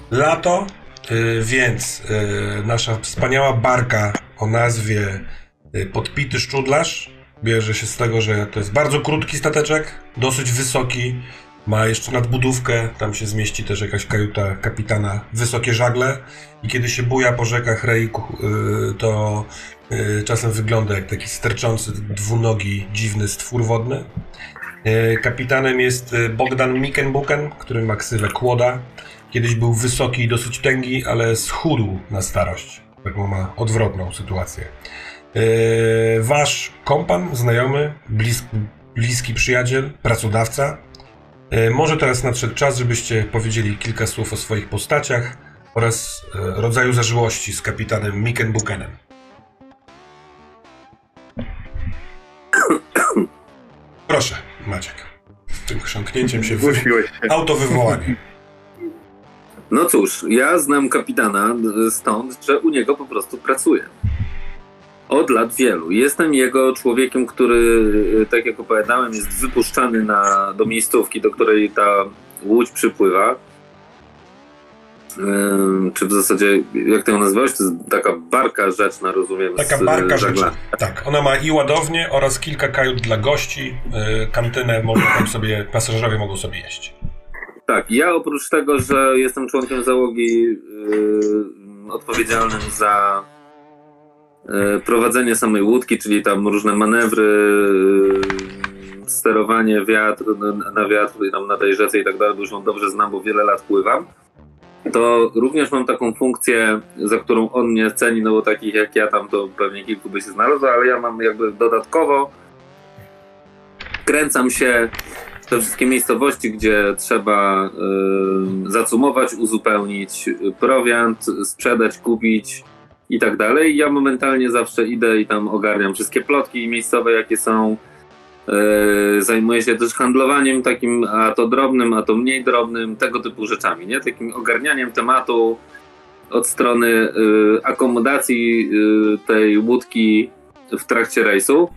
Lato, więc nasza wspaniała barka o nazwie Podpity Szczudlarz bierze się z tego, że to jest bardzo krótki stateczek, dosyć wysoki, ma jeszcze nadbudówkę, tam się zmieści też jakaś kajuta kapitana, wysokie żagle i kiedy się buja po rzekach Rejku, to czasem wygląda jak taki sterczący, dwunogi, dziwny stwór wodny. Kapitanem jest Bogdan Mikenbuken, który ma ksywę Kłoda. Kiedyś był wysoki i dosyć tęgi, ale schudł na starość. Taką ma odwrotną sytuację. Wasz kompan, znajomy, bliski przyjaciel, pracodawca. Może teraz nadszedł czas, żebyście powiedzieli kilka słów o swoich postaciach oraz rodzaju zażyłości z kapitanem Mikenbukenem. Proszę, Maciek. Tym chrząknięciem się autowywołanie. No cóż, ja znam kapitana stąd, że u niego po prostu pracuję. Od lat wielu. Jestem jego człowiekiem, który, tak jak opowiadałem, jest wypuszczany do miejscówki, do której ta łódź przypływa. Czy w zasadzie, jak ty ją nazwałeś, to jest taka barka rzeczna, rozumiem. Taka barka rzeczna, tak. Ona ma i ładownię oraz kilka kajut dla gości. Kantynę mogą tam sobie, pasażerowie mogą sobie jeść. Tak, ja oprócz tego, że jestem członkiem załogi odpowiedzialnym za prowadzenie samej łódki, czyli tam różne manewry, sterowanie na wiatr tam na tej rzece i tak dalej, bo już ją dobrze znam, bo wiele lat pływam, to również mam taką funkcję, za którą on mnie ceni, no bo takich jak ja tam to pewnie kilku by się znalazło, ale ja mam jakby dodatkowo kręcam się w te wszystkie miejscowości, gdzie trzeba zacumować, uzupełnić prowiant, sprzedać, kupić i tak dalej. Ja momentalnie zawsze idę i tam ogarniam wszystkie plotki miejscowe, jakie są. Zajmuję się też handlowaniem takim, a to drobnym, a to mniej drobnym, tego typu rzeczami, nie? Takim ogarnianiem tematu od strony akomodacji tej łódki w trakcie rejsu.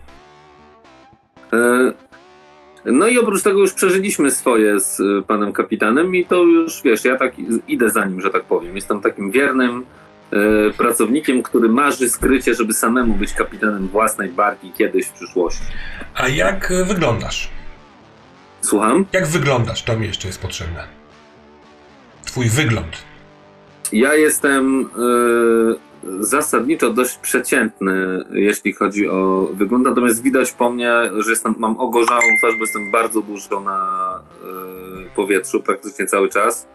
No i oprócz tego już przeżyliśmy swoje z panem kapitanem i to już, wiesz, ja tak idę za nim, że tak powiem. Jestem takim wiernym pracownikiem, który marzy skrycie, żeby samemu być kapitanem własnej barki kiedyś w przyszłości. A jak wyglądasz? Słucham? Jak wyglądasz? To mi jeszcze jest potrzebne. Twój wygląd. Ja jestem zasadniczo dość przeciętny, jeśli chodzi o wygląd, natomiast widać po mnie, że mam ogorzałą twarz, bo jestem bardzo dużo na powietrzu, praktycznie cały czas.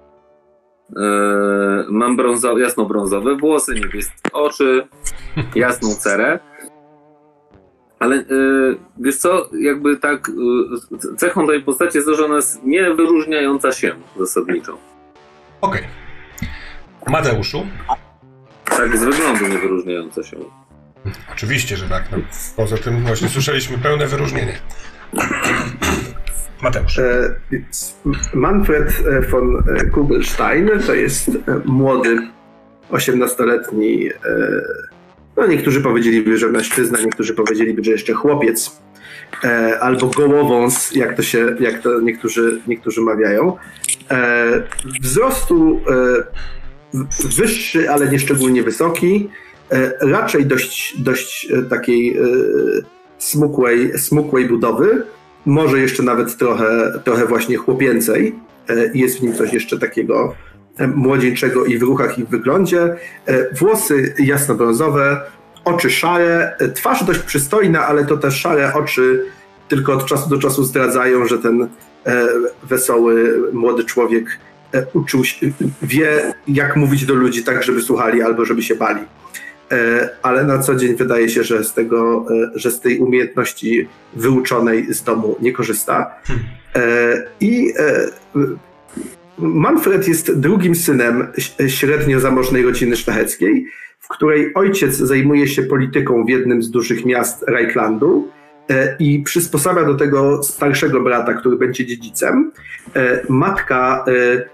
Mam jasno-brązowe włosy, niebieskie oczy, jasną cerę. Ale wiesz co, jakby tak cechą tej postaci jest to, że ona jest niewyróżniająca się zasadniczo. Okej. Mateuszu? Tak, z wyglądu niewyróżniająca się. Oczywiście, że tak. No, poza tym właśnie słyszeliśmy pełne wyróżnienie. Mateusz. Manfred von Kugelstein to jest młody, 18-letni, no niektórzy powiedzieliby, że mężczyzna, niektórzy powiedzieliby, że jeszcze chłopiec, albo gołowąs, jak to niektórzy mawiają. Wzrostu wyższy, ale nie szczególnie wysoki, raczej dość takiej smukłej budowy, może jeszcze nawet trochę właśnie chłopięcej. Jest w nim coś jeszcze takiego młodzieńczego i w ruchach, i w wyglądzie. Włosy jasno-brązowe, oczy szare, twarz dość przystojna, ale to te szare oczy tylko od czasu do czasu zdradzają, że ten wesoły młody człowiek wie, jak mówić do ludzi tak, żeby słuchali albo żeby się bali. Ale na co dzień wydaje się, że z tej umiejętności wyuczonej z domu nie korzysta. Manfred jest drugim synem średnio zamożnej rodziny szlacheckiej, w której ojciec zajmuje się polityką w jednym z dużych miast Reichlandu i przysposabia do tego starszego brata, który będzie dziedzicem. Matka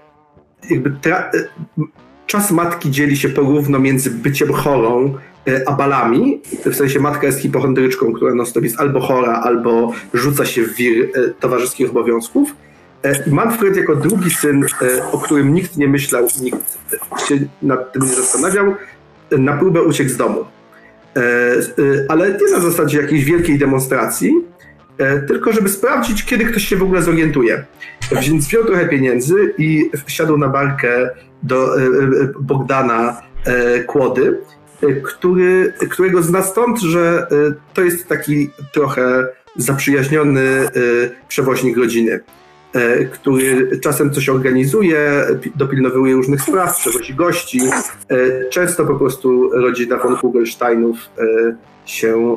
czas matki dzieli się porówno między byciem chorą a balami. W sensie matka jest hipochondryczką, która non-stop jest albo chora, albo rzuca się w wir towarzyskich obowiązków. Manfred jako drugi syn, o którym nikt nie myślał, nikt się nad tym nie zastanawiał, na próbę uciekł z domu. Ale nie na zasadzie jakiejś wielkiej demonstracji, tylko żeby sprawdzić, kiedy ktoś się w ogóle zorientuje. Więc wziął trochę pieniędzy i wsiadł na barkę do Bogdana Kłody, którego zna stąd, że to jest taki trochę zaprzyjaźniony przewoźnik rodziny, który czasem coś organizuje, dopilnowuje różnych spraw, przewozi gości. Często po prostu rodzina von Kugelsteinów się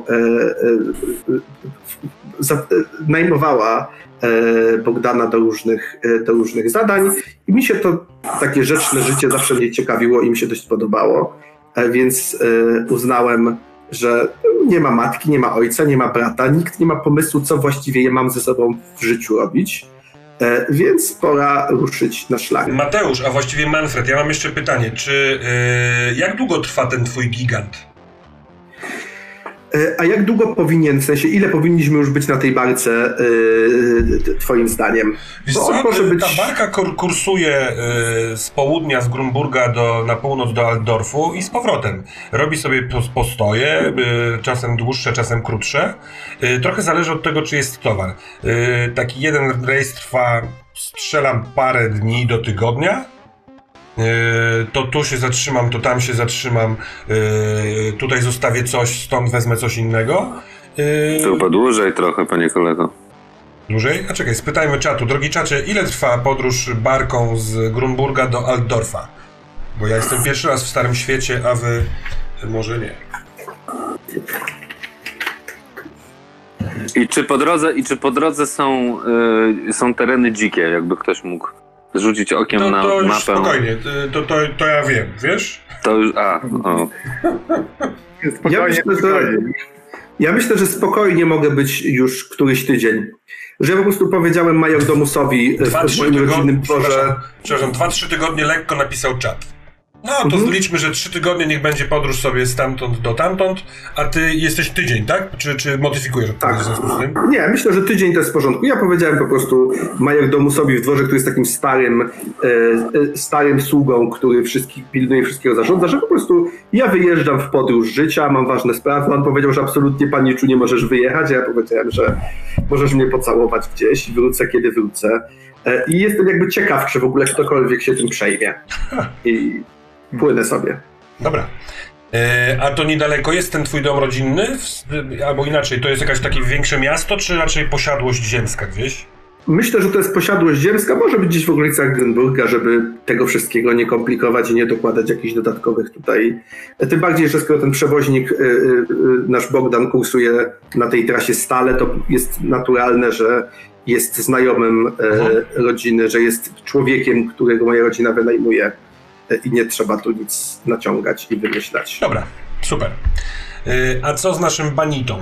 najmowała Bogdana do różnych zadań i mi się to takie rzeczne życie zawsze mnie ciekawiło i mi się dość podobało, więc uznałem, że nie ma matki, nie ma ojca, nie ma brata, nikt nie ma pomysłu, co właściwie mam ze sobą w życiu robić, więc pora ruszyć na szlak. Mateusz, a właściwie Manfred, ja mam jeszcze pytanie, jak długo trwa ten twój gigant? A jak długo powinien, w sensie ile powinniśmy już być na tej barce twoim zdaniem? Wiesz co, ta barka kursuje z południa, z Grunburga na północ do Altdorfu i z powrotem. Robi sobie postoje, czasem dłuższe, czasem krótsze. Trochę zależy od tego, czy jest towar. Taki jeden rejs trwa, strzelam, parę dni do tygodnia. To tu się zatrzymam, to tam się zatrzymam, tutaj zostawię coś, stąd wezmę coś innego. To chyba dłużej trochę, panie kolego. Dłużej? A czekaj, spytajmy czatu. Drogi czacie, ile trwa podróż barką z Grunburga do Altdorfa? Bo ja jestem pierwszy raz w Starym Świecie, a wy może nie. I czy po drodze są tereny dzikie, jakby ktoś mógł rzucić okiem na to już mapę? Spokojnie, to ja wiem, wiesz? To już, Ja myślę, że spokojnie mogę być już któryś tydzień. Że ja po prostu powiedziałem majordomusowi w moim rodzinnym dworze... Przepraszam, 2-3 tygodnie lekko napisał czat. No to zliczmy, że 3 tygodnie niech będzie podróż sobie stamtąd do tamtąd, a ty jesteś tydzień, tak? Czy modyfikujesz odpowiedź w związku z tym? Nie, myślę, że tydzień to jest w porządku. Ja powiedziałem po prostu majordomusowi w dworze, który jest takim starym sługą, który pilnuje wszystkiego zarządza, że po prostu ja wyjeżdżam w podróż życia, mam ważne sprawy. On powiedział, że absolutnie paniczu nie możesz wyjechać, a ja powiedziałem, że możesz mnie pocałować gdzieś i wrócę, kiedy wrócę. I jestem jakby ciekaw, czy w ogóle ktokolwiek się tym przejmie. I płynę sobie. Dobra. A to niedaleko jest ten twój dom rodzinny? Albo inaczej, to jest jakieś takie większe miasto, czy raczej posiadłość ziemska gdzieś? Myślę, że to jest posiadłość ziemska, może być gdzieś w okolicach Grunburga, żeby tego wszystkiego nie komplikować i nie dokładać jakichś dodatkowych tutaj. Tym bardziej, że skoro ten przewoźnik, nasz Bogdan, kursuje na tej trasie stale, to jest naturalne, że jest znajomym rodziny, że jest człowiekiem, którego moja rodzina wynajmuje. I nie trzeba tu nic naciągać i wymyślać. Dobra, super. A co z naszym banitą?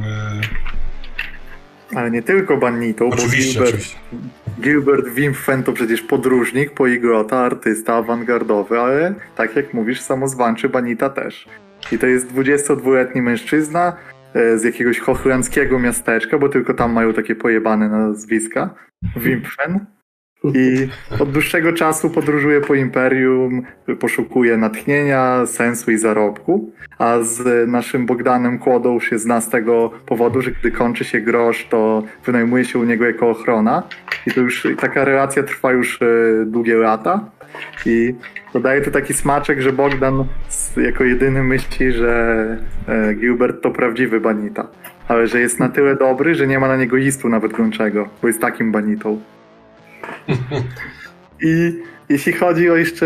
Ale nie tylko banitą, Oczywiście, bo oczywiście. Gilbert Wimpfen to przecież podróżnik, poliglota, artysta awangardowy, ale tak jak mówisz, samozwańczy banita też. I to jest 22-letni mężczyzna z jakiegoś hochlandzkiego miasteczka, bo tylko tam mają takie pojebane nazwiska. Wimpfen. I od dłuższego czasu podróżuje po imperium, poszukuje natchnienia, sensu i zarobku, a z naszym Bogdanem Kłodą się zna z tego powodu, że gdy kończy się grosz, to wynajmuje się u niego jako ochrona i to już taka relacja trwa już długie lata i dodaje to taki smaczek, że Bogdan jako jedyny myśli, że Gilbert to prawdziwy banita, ale że jest na tyle dobry, że nie ma na niego listu nawet gończego, bo jest takim banitą. I jeśli chodzi o jeszcze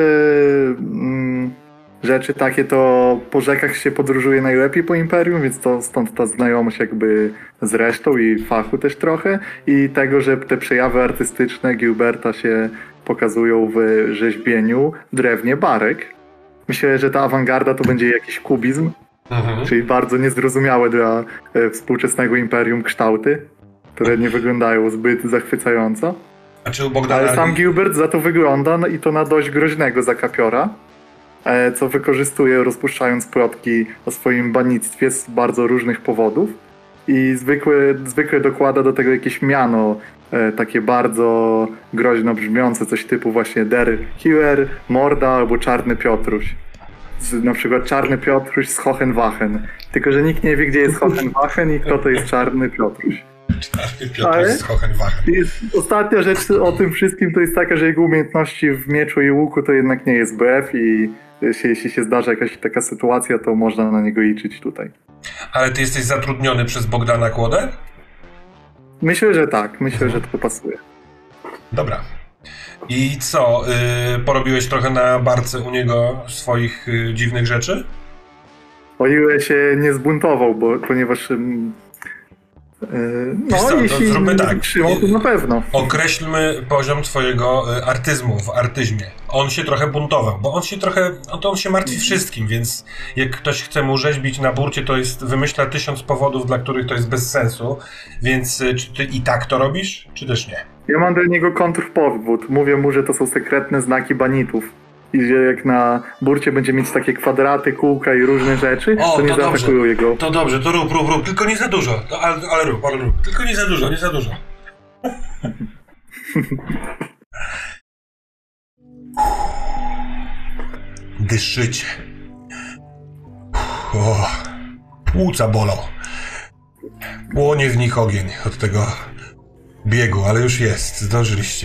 rzeczy takie, to po rzekach się podróżuje najlepiej po imperium, więc to stąd ta znajomość jakby z resztą i fachu też trochę i tego, że te przejawy artystyczne Gilberta się pokazują w rzeźbieniu w drewnie barek. Myślę, że ta awangarda to będzie jakiś kubizm, czyli bardzo niezrozumiałe dla współczesnego imperium kształty, które nie wyglądają zbyt zachwycająco. A czy u Bogdana... Ale sam Gilbert za to wygląda i to na dość groźnego zakapiora, co wykorzystuje rozpuszczając plotki o swoim banictwie z bardzo różnych powodów i zwykle dokłada do tego jakieś miano takie bardzo groźno brzmiące, coś typu właśnie Der Killer, Morda albo Czarny Piotruś. Na przykład Czarny Piotruś z Hohenwachen. Tylko, że nikt nie wie, gdzie jest Hohenwachen i kto to jest Czarny Piotruś. Czarny Piotr z Hohenwachen. Ostatnia rzecz o tym wszystkim to jest taka, że jego umiejętności w mieczu i łuku to jednak nie jest BF i jeśli się zdarzy jakaś taka sytuacja, to można na niego liczyć tutaj. Ale ty jesteś zatrudniony przez Bogdana Kłodę? Myślę, że tak. Myślę, że to pasuje. Dobra. I co, porobiłeś trochę na barce u niego swoich dziwnych rzeczy? O ile się nie zbuntował, ponieważ Wiesz co, jeśli zróbmy tak. trzymał, to na pewno. Określmy poziom twojego artyzmu w artyzmie. On się trochę buntował, bo on się martwi wszystkim, więc jak ktoś chce mu rzeźbić na burcie, to wymyśla 1000 powodów, dla których to jest bez sensu, więc czy ty i tak to robisz, czy też nie? Ja mam do niego kontrpowód. Mówię mu, że to są sekretne znaki banitów. I że jak na burcie będzie mieć takie kwadraty, kółka i różne rzeczy, to nie zaatakują jego. To dobrze, to rób, tylko nie za dużo. Ale rób. Tylko nie za dużo. Dyszycie. O, płuca bolą. Płonie w nich ogień od tego biegu, ale już jest, zdążyliście.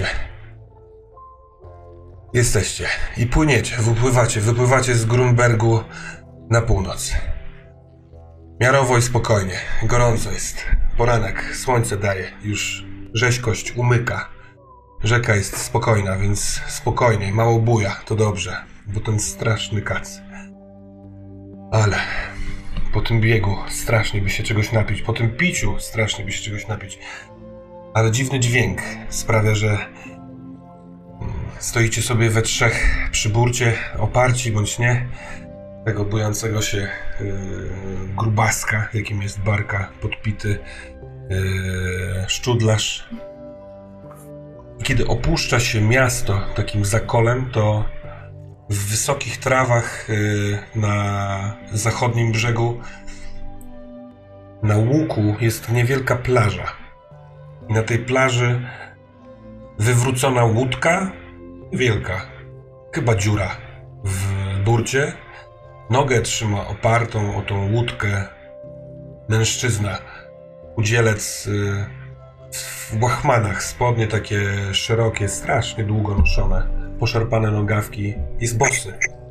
Jesteście i płyniecie, wypływacie z Grunbergu na północ. Miarowo i spokojnie, gorąco jest. Poranek, słońce daje, już rzeźkość umyka. Rzeka jest spokojna, więc spokojnie, mało buja, to dobrze, bo ten straszny kac. Ale po tym biegu strasznie by się czegoś napić, po tym piciu strasznie by się czegoś napić. Ale dziwny dźwięk sprawia, że stoicie sobie we trzech przy burcie, oparci bądź nie, tego bojącego się grubaska, jakim jest barka, podpity szczudlarz. I kiedy opuszcza się miasto takim zakolem, to w wysokich trawach na zachodnim brzegu na łuku jest niewielka plaża. I na tej plaży wywrócona łódka, wielka, chyba dziura w burcie. Nogę trzyma opartą o tą łódkę mężczyzna, udzielec w łachmanach, spodnie takie szerokie, strasznie długo noszone, poszarpane nogawki, jest bosy.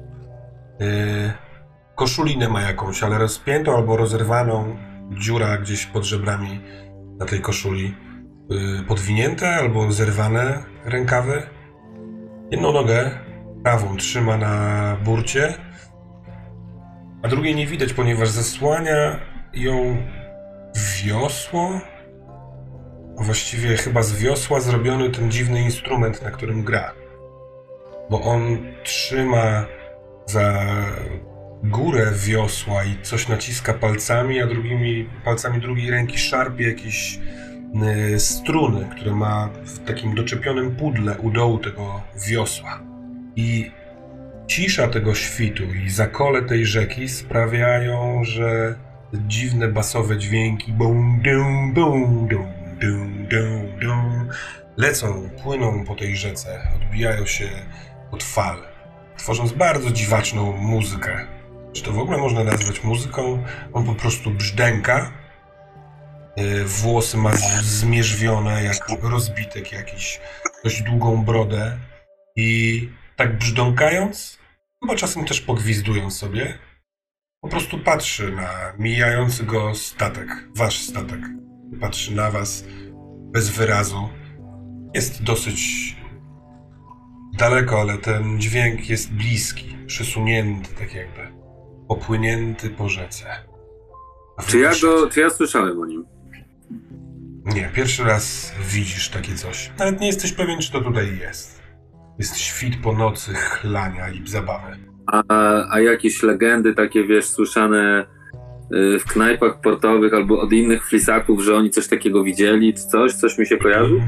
Koszulinę ma jakąś, ale rozpiętą albo rozerwaną, dziura gdzieś pod żebrami na tej koszuli. Podwinięte albo zerwane rękawy. Jedną nogę, prawą, trzyma na burcie, a drugiej nie widać, ponieważ zasłania ją wiosło. Właściwie chyba z wiosła zrobiony ten dziwny instrument, na którym gra. Bo on trzyma za górę wiosła i coś naciska palcami, a drugimi palcami drugiej ręki szarpie jakieś struny, które ma w takim doczepionym pudle u dołu tego wiosła. I cisza tego świtu i zakole tej rzeki sprawiają, że dziwne basowe dźwięki bum, dum, bum, dum, dum, dum, dum, lecą, płyną po tej rzece, odbijają się od fal, tworząc bardzo dziwaczną muzykę. Czy to w ogóle można nazwać muzyką? On po prostu brzdęka. Włosy ma zmierzwione jak rozbitek jakiś, dość długą brodę i tak brzdąkając, chyba czasem też pogwizdując sobie, po prostu patrzy na mijający go statek, wasz statek. Patrzy na was bez wyrazu. Jest dosyć daleko, ale ten dźwięk jest bliski, przesunięty, tak jakby popłynięty po rzece. Czy ja słyszałem o nim? Nie, pierwszy raz widzisz takie coś. Nawet nie jesteś pewien, czy to tutaj jest. Jest świt po nocy, chlania i zabawy. A jakieś legendy takie, wiesz, słyszane w knajpach portowych albo od innych flisaków, że oni coś takiego widzieli, czy coś? Coś mi się kojarzy?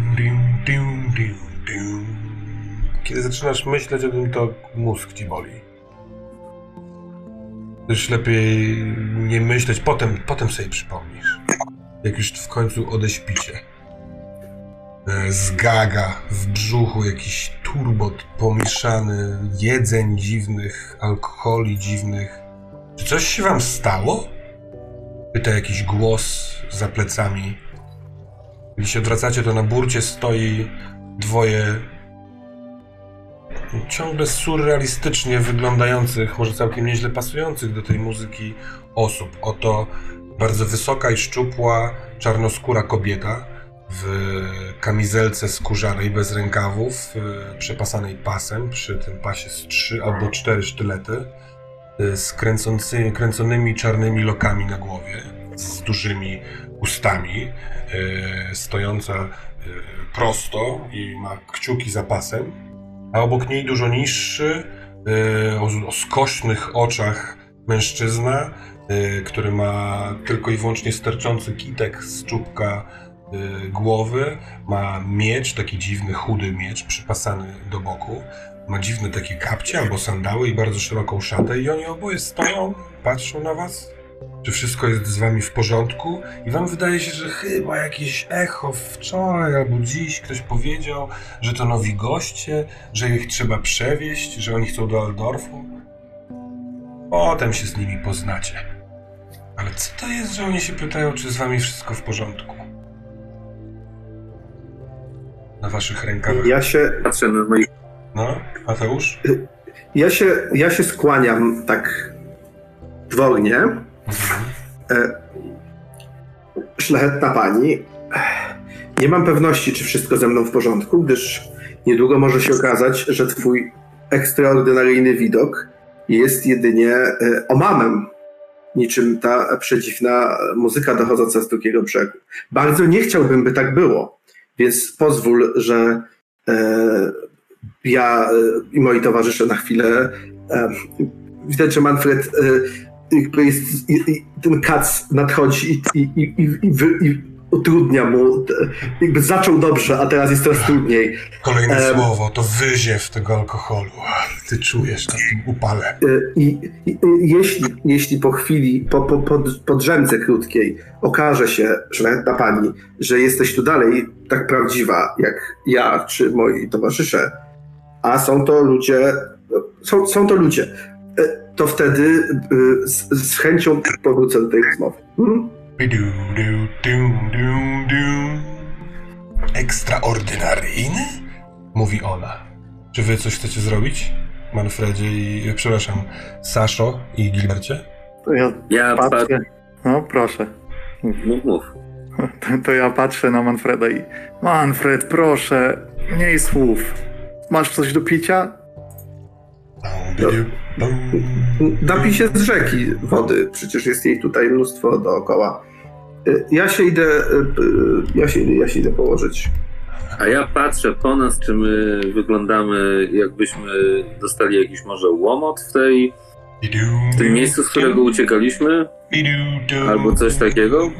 Kiedy zaczynasz myśleć o tym, to mózg ci boli. Też lepiej nie myśleć, potem sobie przypomnisz. Jak już w końcu odeśpicie. zgaga w brzuchu, jakiś turbot pomieszany, jedzeń dziwnych, alkoholi dziwnych. Czy coś się wam stało? Pyta jakiś głos za plecami. Gdy się odwracacie, to na burcie stoi dwoje ciągle surrealistycznie wyglądających, może całkiem nieźle pasujących do tej muzyki osób. Oto bardzo wysoka i szczupła, czarnoskóra kobieta w kamizelce skórzanej bez rękawów, przepasanej pasem, przy tym pasie z 3 albo 4 sztylety, z kręconymi czarnymi lokami na głowie, z dużymi ustami, stojąca prosto i ma kciuki za pasem, a obok niej dużo niższy, o skośnych oczach mężczyzna, który ma tylko i wyłącznie sterczący kitek z czubka głowy, ma miecz, taki dziwny, chudy miecz przypasany do boku, ma dziwne takie kapcie albo sandały i bardzo szeroką szatę i oni oboje stoją, patrzą na was, czy wszystko jest z wami w porządku i wam wydaje się, że chyba jakieś echo wczoraj albo dziś ktoś powiedział, że to nowi goście, że ich trzeba przewieźć, że oni chcą do Aldorfu. Potem się z nimi poznacie. Ale co to jest, że oni się pytają, czy z wami wszystko w porządku? Na waszych rękawach. Ja się, Patrzę na moich... No, Mateusz? ja się skłaniam tak dwornie. Szlachetna pani, nie mam pewności, czy wszystko ze mną w porządku, gdyż niedługo może się okazać, że twój ekstraordynaryjny widok jest jedynie omamem, niczym ta przedziwna muzyka dochodząca z drugiego brzegu. Bardzo nie chciałbym, by tak było, więc pozwól, że ja i moi towarzysze na chwilę... Widać, że Manfred jakby jest, ten kac nadchodzi i utrudnia mu, jakby zaczął dobrze, a teraz jest coraz trudniej. Kolejne słowo, to wyziew tego alkoholu. Ty czujesz na tym upale. Jeśli po chwili, po drzemce krótkiej okaże się, szlachetna pani, że jesteś tu dalej tak prawdziwa, jak ja czy moi towarzysze, a są to ludzie, to wtedy z chęcią powrócę do tej rozmowy. Ekstraordynaryjny? Mówi ona. Czy wy coś chcecie zrobić? Manfredzie i... przepraszam, Saszo i Gilbercie? To Ja patrzę. No proszę. Mów. To ja patrzę na Manfreda i... Manfred, proszę, mniej słów. Masz coś do picia? Napij się z rzeki wody, przecież jest jej tutaj mnóstwo dookoła. Ja się idę położyć. A ja patrzę po nas, czy my wyglądamy, jakbyśmy dostali jakiś może łomot w tym miejscu, z którego uciekaliśmy? Albo coś takiego?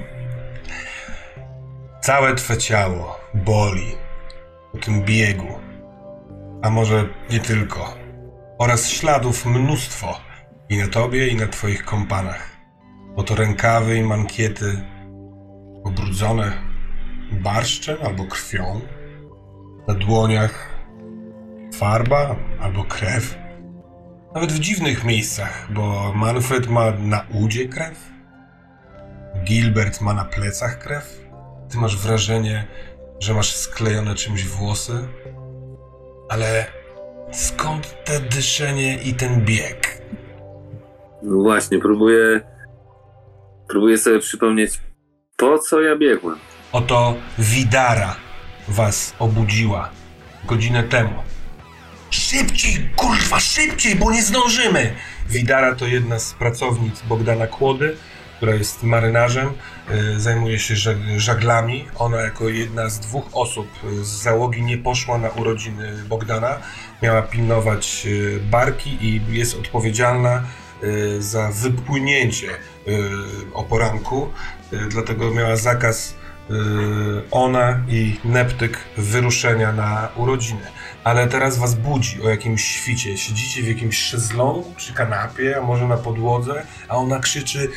Całe twe ciało boli po tym biegu, a może nie tylko, oraz śladów mnóstwo i na tobie, i na twoich kompanach. Oto rękawy i mankiety pobrudzone barszczem albo krwią, na dłoniach farba albo krew, nawet w dziwnych miejscach, bo Manfred ma na udzie krew, Gilbert ma na plecach krew, ty masz wrażenie, że masz sklejone czymś włosy, ale skąd te dyszenie i ten bieg? No właśnie, próbuję sobie przypomnieć, po co ja biegłem. Oto Widara was obudziła godzinę temu. Szybciej, kurwa, szybciej, bo nie zdążymy! Widara to jedna z pracownic Bogdana Kłody, która jest marynarzem, zajmuje się żaglami. Ona jako jedna z 2 osób z załogi nie poszła na urodziny Bogdana. Miała pilnować barki i jest odpowiedzialna za wypłynięcie o poranku. Dlatego miała zakaz ona i Neptyk wyruszenia na urodziny. Ale teraz was budzi o jakimś świcie. Siedzicie w jakimś szezlongu czy kanapie, a może na podłodze, a ona krzyczy: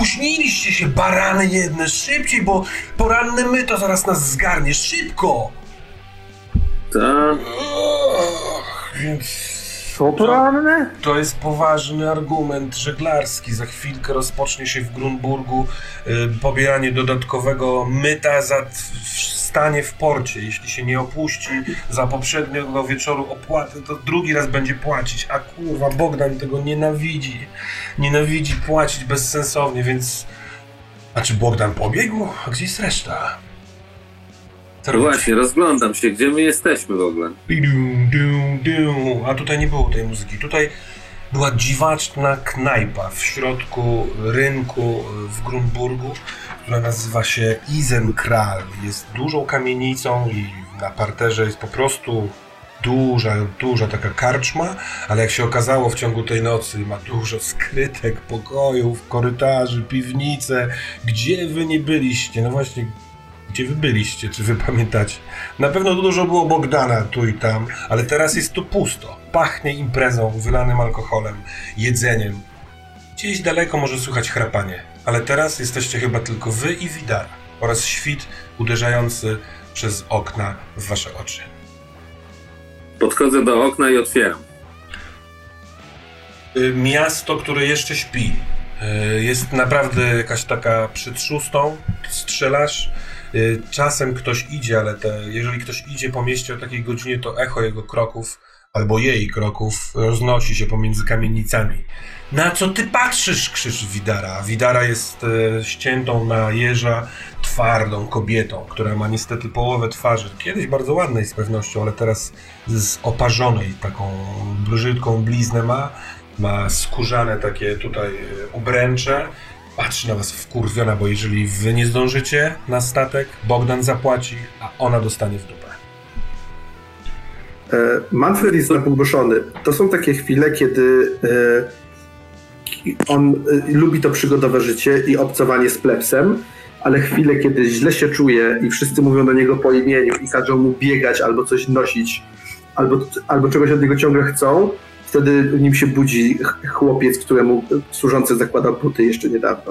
spóźniliście się, barany jedne, szybciej, bo poranne myto zaraz nas zgarnie, szybko! Tak. Więc Co to ranne? to jest poważny argument żeglarski. Za chwilkę rozpocznie się w Grunburgu pobieranie dodatkowego myta za stanie w porcie. Jeśli się nie opuści za poprzedniego wieczoru opłaty, to drugi raz będzie płacić. A kurwa, Bogdan tego nienawidzi. Nienawidzi płacić bezsensownie, więc... A czy Bogdan pobiegł? A gdzie jest reszta? No właśnie, rozglądam się, gdzie my jesteśmy w ogóle. A tutaj nie było tej muzyki. Tutaj była dziwaczna knajpa w środku rynku w Grunburgu, która nazywa się Isenkral. Jest dużą kamienicą i na parterze jest po prostu duża taka karczma, ale jak się okazało w ciągu tej nocy ma dużo skrytek, pokojów, korytarzy, piwnice. Gdzie wy nie byliście? No właśnie, gdzie wy byliście? Czy wy pamiętacie? Na pewno dużo było Bogdana tu i tam, ale teraz jest tu pusto. Pachnie imprezą, wylanym alkoholem, jedzeniem. Gdzieś daleko może słychać chrapanie, ale teraz jesteście chyba tylko wy i Widara oraz świt uderzający przez okna w wasze oczy. Podchodzę do okna i otwieram. Miasto, które jeszcze śpi. Jest naprawdę jakaś taka przed 6, strzelasz. Czasem ktoś idzie, ale jeżeli ktoś idzie po mieście o takiej godzinie, to echo jego kroków albo jej kroków roznosi się pomiędzy kamienicami. Na co ty patrzysz? Krzyczy Widara. Widara jest ściętą na jeża, twardą kobietą, która ma niestety połowę twarzy. Kiedyś bardzo ładnej z pewnością, ale teraz z oparzonej taką brzydką bliznę ma skórzane takie tutaj obręcze. Patrzy na was wkurwiona, bo jeżeli wy nie zdążycie na statek, Bogdan zapłaci, a ona dostanie w dupę. Manfred jest nabuboszony. To są takie chwile, kiedy on lubi to przygodowe życie i obcowanie z plebsem, ale chwile, kiedy źle się czuje i wszyscy mówią do niego po imieniu i każą mu biegać albo coś nosić, albo czegoś od niego ciągle chcą, wtedy w nim się budzi chłopiec, któremu służący zakładał buty jeszcze niedawno.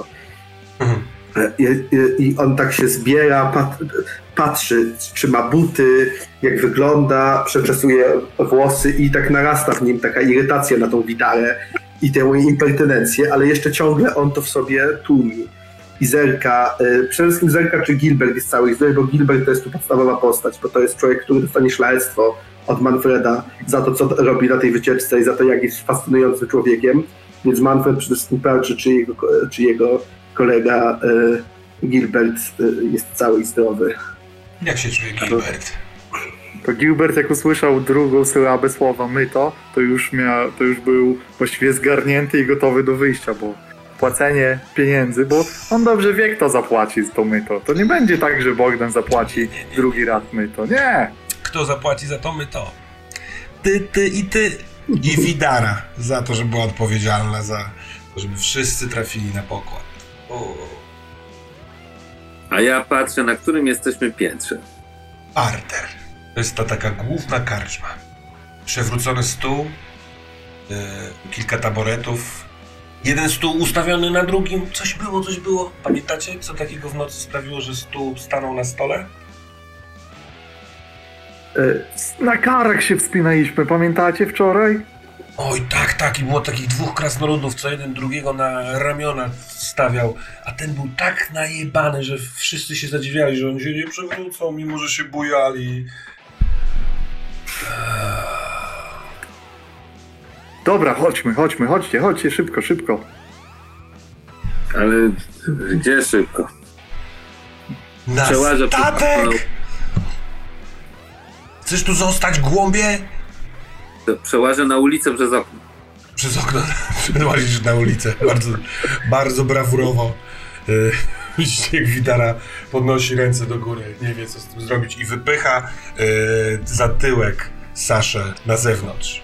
I on tak się zbiera, patrzy, czy ma buty, jak wygląda, przeczesuje włosy i tak narasta w nim taka irytacja na tą Widarę i tę impertynencję, ale jeszcze ciągle on to w sobie tłumi. I zerka, przede wszystkim zerka, czy Gilbert jest cały zdrowy, bo Gilbert to jest tu podstawowa postać, bo to jest człowiek, który dostanie szlachectwo od Manfreda za to, co robi na tej wycieczce i za to, jak jest fascynującym człowiekiem. Więc Manfred przede wszystkim patrzy, czy jego kolega Gilbert jest cały i zdrowy. Jak się czuje Gilbert? To Gilbert, jak usłyszał drugą sylabę słowa myto, to już był właściwie zgarnięty i gotowy do wyjścia, bo płacenie pieniędzy, bo on dobrze wie, kto zapłaci to myto. To nie będzie tak, że Bogdan zapłaci drugi raz myto. Nie! Kto zapłaci za to myto? Ty i ty. I Widara za to, że była odpowiedzialna za to, żeby wszyscy trafili na pokład. A ja patrzę, na którym jesteśmy piętrze. Parter. To jest ta taka główna karczma. Przewrócony stół, kilka taboretów, jeden stół ustawiony na drugim. Coś było. Pamiętacie, co takiego w nocy sprawiło, że stół stanął na stole? Na karach się wspinaliśmy, pamiętacie wczoraj? Oj, tak, i było takich 2 krasnoludów, co jeden drugiego na ramiona stawiał, a ten był tak najebany, że wszyscy się zadziwiali, że oni się nie przewrócą, mimo że się bujali. Dobra, chodźcie, szybko. Ale gdzie szybko? Na Przełażę statek! Chcesz tu zostać, głąbie? Przełażę na ulicę przez okno. Przez okno przełazisz na ulicę, bardzo brawurowo. Widzicie, jak Widara podnosi ręce do góry, nie wie, co z tym zrobić i wypycha za tyłek Saszę na zewnątrz.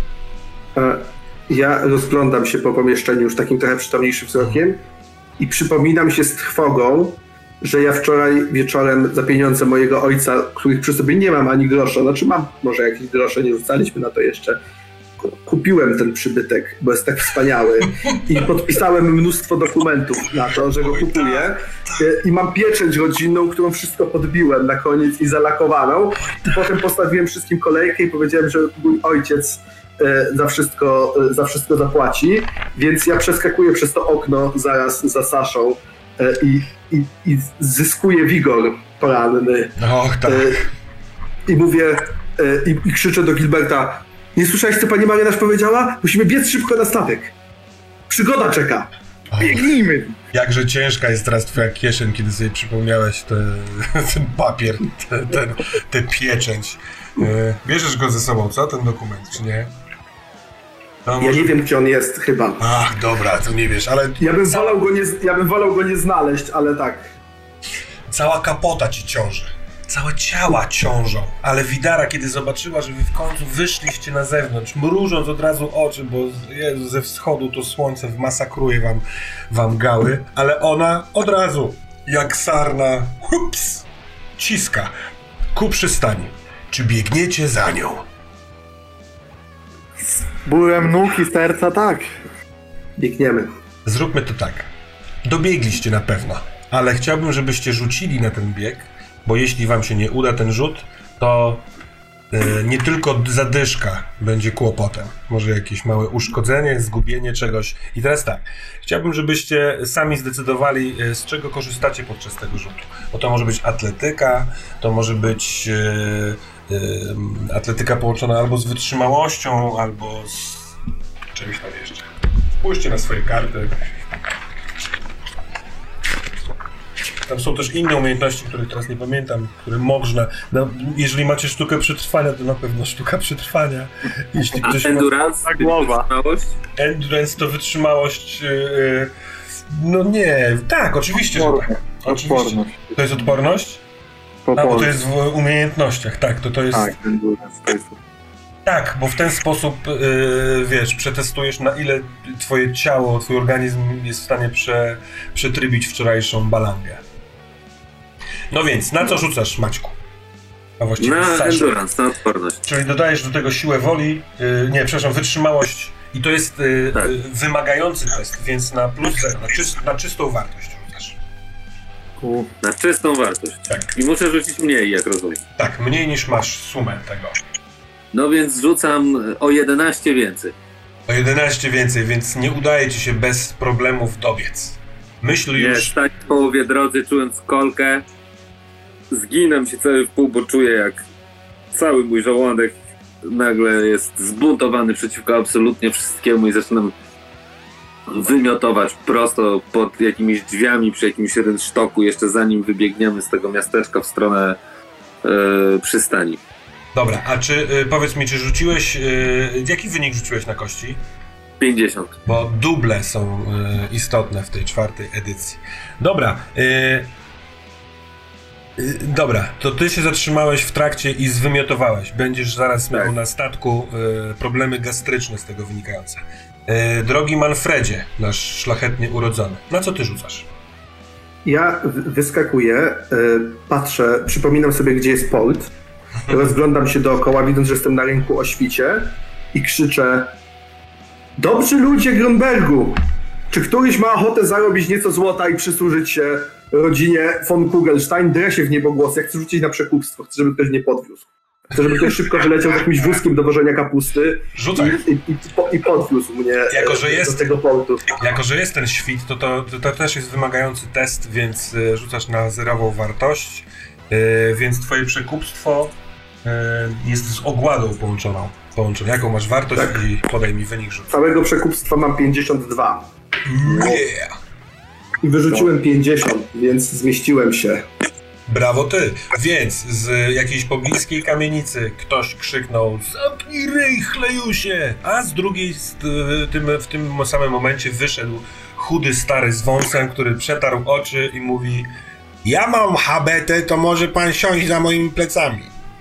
Ja rozglądam się po pomieszczeniu już takim trochę przytomniejszym wzrokiem i przypominam się z trwogą, że ja wczoraj wieczorem za pieniądze mojego ojca, których przy sobie nie mam ani grosza, znaczy mam może jakieś grosze, nie rzucaliśmy na to jeszcze, kupiłem ten przybytek, bo jest tak wspaniały i podpisałem mnóstwo dokumentów na to, że go kupuję i mam pieczęć rodzinną, którą wszystko podbiłem na koniec i zalakowaną i potem postawiłem wszystkim kolejkę i powiedziałem, że mój ojciec za wszystko zapłaci, więc ja przeskakuję przez to okno zaraz za Saszą i zyskuję wigor poranny. Och, tak. I mówię, i krzyczę do Gilberta: nie słyszałeś, co pani marynarz powiedziała? Musimy biec szybko na statek. Przygoda czeka. Biegnijmy! Jakże ciężka jest teraz twoja kieszeń, kiedy sobie przypomniałeś ten papier, tę pieczęć. Bierzesz go ze sobą, co? Ten dokument, czy nie? No, Ja nie wiem, gdzie on jest, chyba. Ach, dobra, to nie wiesz, ale Ja bym wolał go nie znaleźć, ale tak. cała kapota ci ciąży. Całe ciała ciążą. Ale Widara, kiedy zobaczyła, że wy w końcu wyszliście na zewnątrz, mrużąc od razu oczy, bo Jezu, ze wschodu to słońce wmasakruje wam gały, ale ona od razu, jak sarna, hups, ciska ku przystani. Czy biegniecie za nią? Bólem nóg i serca, tak. Biegniemy. Zróbmy to tak. Dobiegliście na pewno, ale chciałbym, żebyście rzucili na ten bieg, bo jeśli wam się nie uda ten rzut, to nie tylko zadyszka będzie kłopotem. Może jakieś małe uszkodzenie, zgubienie czegoś. I teraz tak, chciałbym, żebyście sami zdecydowali, z czego korzystacie podczas tego rzutu. Bo to może być atletyka, to może być atletyka połączona albo z wytrzymałością, albo z czymś tam jeszcze. Spójrzcie na swoje karty. Tam są też inne umiejętności, których teraz nie pamiętam, które można. No, jeżeli macie sztukę przetrwania, to na pewno sztuka przetrwania. Jeśli A ktoś endurance? Ta głowa. Wytrzymałość? Endurance to wytrzymałość. No nie, tak, oczywiście, że tak. Oczywiście. Odporność. To jest odporność? A, bo to jest w umiejętnościach, tak, to jest. Tak, endurance to jest. Tak, bo w ten sposób, wiesz, przetestujesz, na ile twoje ciało, twój organizm jest w stanie przetrybić wczorajszą balangę. No więc, na co rzucasz, Maćku? A właściwie Na Sasza. endurance, na odporność. Czyli dodajesz do tego siłę woli, wytrzymałość i to jest Tak. wymagający test, więc na plus 0, na czystą wartość rzucasz. Na czystą wartość. Tak. I muszę rzucić mniej, jak rozumiem. Tak, mniej niż masz sumę tego. No więc rzucam o 11 więcej. O 11 więcej, więc nie udaje ci się bez problemów dobiec. Myśl Nie, już... stać w połowie drodzy, czując kolkę. Zginam się cały w pół, bo czuję, jak cały mój żołądek nagle jest zbuntowany przeciwko absolutnie wszystkiemu i zaczynam wymiotować prosto pod jakimiś drzwiami przy jakimś rynsztoku, jeszcze zanim wybiegniemy z tego miasteczka w stronę przystani. Dobra, a czy, powiedz mi, czy rzuciłeś, jaki wynik rzuciłeś na kości? 50. Bo duble są istotne w tej 4. edycji. Dobra, dobra, to ty się zatrzymałeś w trakcie i zwymiotowałeś. Będziesz zaraz miał na statku problemy gastryczne z tego wynikające. Drogi Manfredzie, nasz szlachetnie urodzony, na co ty rzucasz? Ja wyskakuję, patrzę, przypominam sobie, gdzie jest port. Rozglądam się dookoła, widząc, że jestem na rynku o świcie i krzyczę: dobrzy ludzie Grunbergu! Czy któryś ma ochotę zarobić nieco złota i przysłużyć się rodzinie von Kugelstein? Drę się w niebogłosy, ja chcę rzucić na przekupstwo, chcę, żeby ktoś mnie podwiózł. Chcę, żeby ktoś szybko wyleciał z jakimś wózkiem do wożenia kapusty Rzucaj. i podwiózł mnie do tego portu. Jako, że jest ten świt, to też jest wymagający test, więc rzucasz na zerową wartość, więc twoje przekupstwo jest z ogładą połączone. Jaką masz wartość Tak. i podaj mi wynik rzutu. Całego przekupstwa mam 52. Yeah. I wyrzuciłem 50, więc zmieściłem się. Brawo ty! Więc z jakiejś pobliskiej kamienicy ktoś krzyknął: zamknij ryj, chlejusie! A z drugiej w tym samym momencie wyszedł chudy stary z wąsem, który przetarł oczy i mówi: ja mam habetę, to może pan siąść za moimi plecami.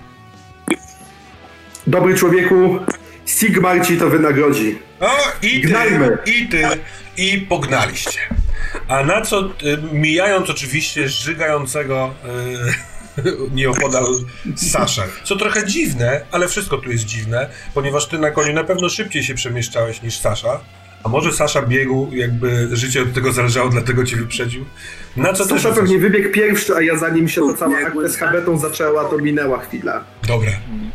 Dobry człowieku, Sigmar ci to wynagrodzi. O, i ty, Gnajmy. i pognaliście. A na co, mijając oczywiście żygającego nieopodal Saszę. Co trochę dziwne, ale wszystko tu jest dziwne, ponieważ ty na koniu na pewno szybciej się przemieszczałeś niż Sasza. A może Sasza biegł, jakby życie od tego zależało, dlatego cię wyprzedził? Na co Sasza też pewnie wybiegł pierwszy, a ja zanim się ta cała akcja z habetą zaczęła, to minęła chwila. Dobra.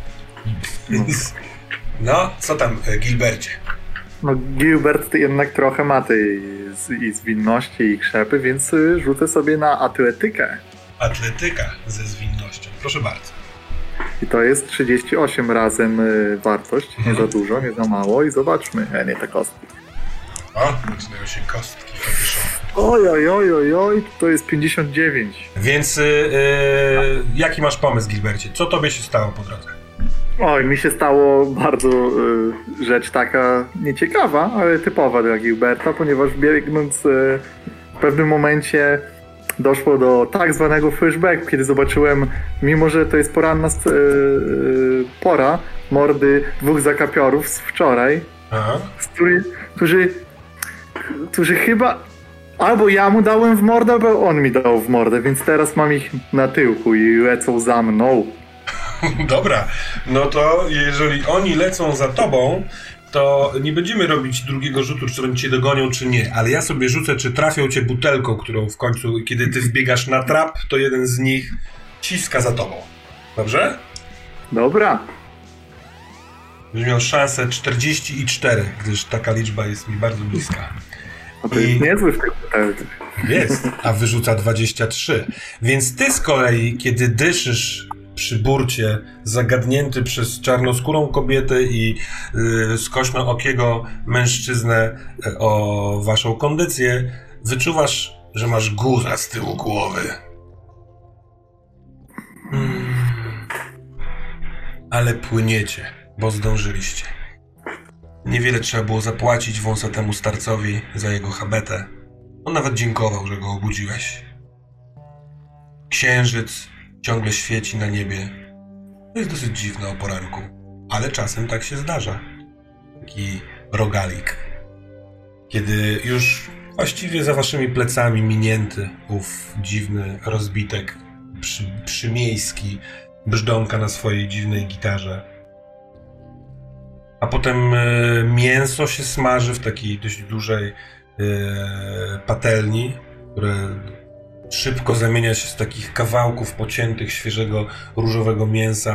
No, co tam, Gilbercie? No Gilbert jednak trochę ma tej i zwinności i krzepy, więc rzucę sobie na atletykę. Atletyka ze zwinnością. Proszę bardzo. I to jest 38 razem wartość, nie za dużo, nie za mało i zobaczmy, nie te kostki. O, zaczynają się kostki fetyszowe. Oj, to jest 59. Więc jaki masz pomysł, Gilbercie? Co tobie się stało po drodze? Oj, mi się stało bardzo rzecz taka nieciekawa, ale typowa dla Gilberta, ponieważ biegnąc w pewnym momencie doszło do tak zwanego flashbacku, kiedy zobaczyłem, mimo że to jest poranna pora, mordy dwóch zakapiorów z wczoraj, Aha. którzy chyba albo ja mu dałem w mordę, albo on mi dał w mordę, więc teraz mam ich na tyłku i lecą za mną. Dobra, no to jeżeli oni lecą za tobą, to nie będziemy robić drugiego rzutu, czy oni cię dogonią, czy nie, ale ja sobie rzucę, czy trafią cię butelką, którą w końcu, kiedy ty wbiegasz na trap, to jeden z nich ciska za tobą. Dobrze? Dobra. Będziesz miał szansę 44, gdyż taka liczba jest mi bardzo bliska. No to jest niezły w tych butelkach. Jest, a wyrzuca 23. Więc ty z kolei, kiedy dyszysz przy burcie, zagadnięty przez czarnoskórą kobietę i skośnookiego mężczyznę o waszą kondycję, wyczuwasz, że masz guza z tyłu głowy. Ale płyniecie, bo zdążyliście. Niewiele trzeba było zapłacić wąsatemu starcowi za jego habetę. On nawet dziękował, że go obudziłeś. Księżyc ciągle świeci na niebie. To jest dosyć dziwne o poranku, ale czasem tak się zdarza. Taki rogalik. Kiedy już właściwie za waszymi plecami minięty ów dziwny rozbitek przymiejski brzdąka na swojej dziwnej gitarze. A potem mięso się smaży w takiej dość dużej patelni, które szybko zamienia się z takich kawałków pociętych, świeżego, różowego mięsa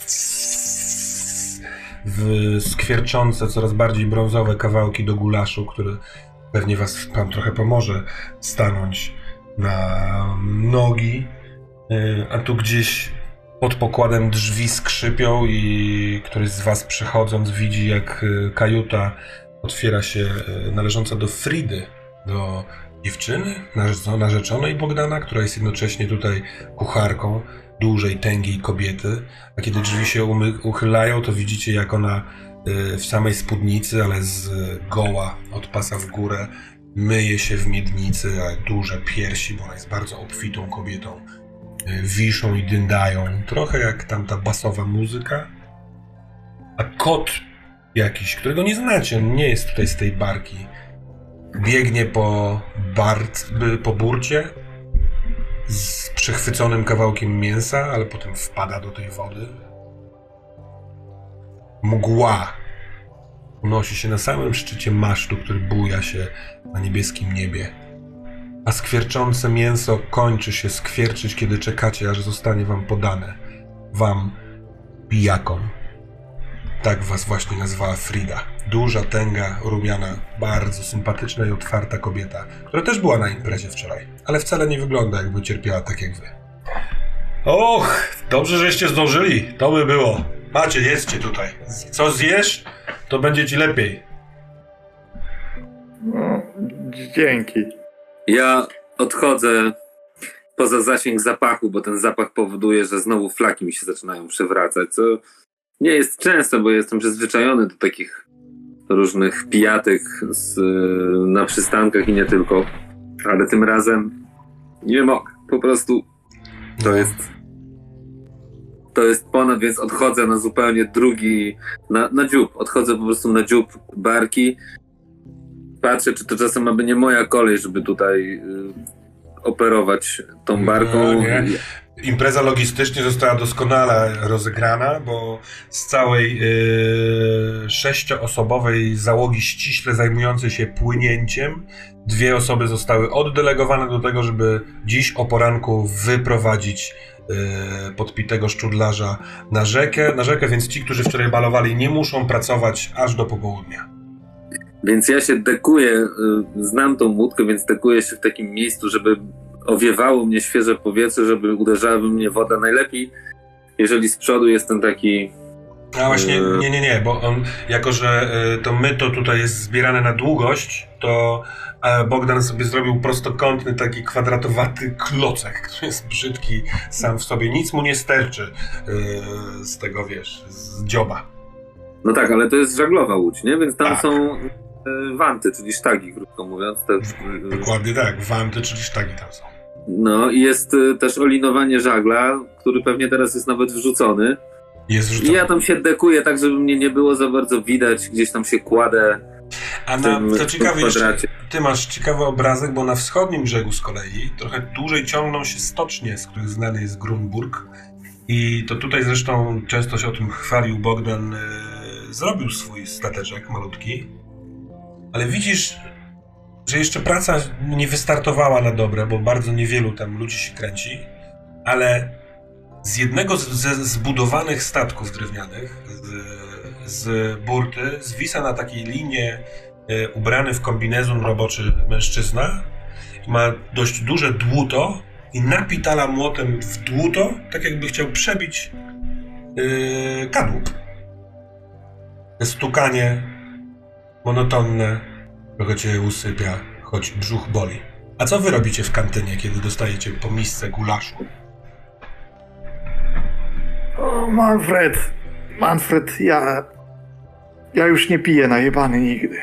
w skwierczące, coraz bardziej brązowe kawałki do gulaszu, który pewnie wam trochę pomoże stanąć na nogi. A tu gdzieś pod pokładem drzwi skrzypią i któryś z was przechodząc widzi, jak kajuta otwiera się należąca do Fridy, do dziewczyny, narzeczonej Bogdana, która jest jednocześnie tutaj kucharką dużej, tęgiej kobiety. A kiedy drzwi się uchylają, to widzicie, jak ona w samej spódnicy, ale z goła od pasa w górę myje się w miednicy, a duże piersi, bo ona jest bardzo obfitą kobietą, wiszą i dyndają. Trochę jak tamta basowa muzyka. A kot jakiś, którego nie znacie, on nie jest tutaj z tej barki, biegnie po burcie z przechwyconym kawałkiem mięsa, ale potem wpada do tej wody. Mgła unosi się na samym szczycie masztu, który buja się na niebieskim niebie. A skwierczące mięso kończy się skwierczyć, kiedy czekacie, aż zostanie wam podane. Wam, pijakom. Tak was właśnie nazwała Frida. Duża, tęga, rumiana, bardzo sympatyczna i otwarta kobieta, która też była na imprezie wczoraj, ale wcale nie wygląda, jakby cierpiała tak jak wy. Och, dobrze, żeście zdążyli. To by było. Macie, jedzcie tutaj. Co zjesz, to będzie ci lepiej. No, dzięki. Ja odchodzę poza zasięg zapachu, bo ten zapach powoduje, że znowu flaki mi się zaczynają przewracać, co nie jest często, bo jestem przyzwyczajony do takich różnych pijatek na przystankach i nie tylko, ale tym razem nie mogę. Po prostu to jest ponad, więc odchodzę na zupełnie drugi, na dziób. Odchodzę po prostu na dziób barki. Patrzę, czy to czasem aby nie moja kolej, żeby tutaj operować tą barką. No, nie. Impreza logistycznie została doskonale rozegrana, bo z całej 6-osobowej załogi ściśle zajmującej się płynięciem 2 osoby zostały oddelegowane do tego, żeby dziś o poranku wyprowadzić podpitego szczudlarza na rzekę, więc ci, którzy wczoraj balowali, nie muszą pracować aż do popołudnia. Więc ja się dekuję, znam tą łódkę, więc dekuję się w takim miejscu, żeby owiewało mnie świeże powietrze, żeby uderzała we mnie woda. Najlepiej, jeżeli z przodu jest ten taki... A właśnie, nie, bo on, jako że to myto tutaj jest zbierane na długość, to Bogdan sobie zrobił prostokątny, taki kwadratowaty klocek, który jest brzydki sam w sobie. Nic mu nie sterczy z tego, wiesz, z dzioba. No tak, ale to jest żaglowa łódź, nie? Więc tam Tak. są wanty, czyli sztagi, krótko mówiąc. Dokładnie tak, wanty, czyli sztagi tam są. No i jest też olinowanie żagla, który pewnie teraz jest nawet wrzucony. Jest I wrzucony. ja tam się dekuję tak, żeby mnie nie było za bardzo widać, gdzieś tam się kładę. A to ciekawe jeszcze, ty masz ciekawy obrazek, bo na wschodnim brzegu z kolei trochę dłużej ciągną się stocznie, z których znany jest Grunburg. I to tutaj zresztą często się o tym chwalił Bogdan, zrobił swój stateczek malutki. Ale widzisz, że jeszcze praca nie wystartowała na dobre, bo bardzo niewielu tam ludzi się kręci, ale z jednego ze zbudowanych statków drewnianych, z burty, zwisa na takiej linie ubrany w kombinezon roboczy mężczyzna, ma dość duże dłuto i napitala młotem w dłuto, tak jakby chciał przebić kadłub. To stukanie monotonne trochę cię usypia, choć brzuch boli. A co wy robicie w kantynie, kiedy dostajecie po misce gulaszu? O, Manfred, ja już nie piję najebany nigdy.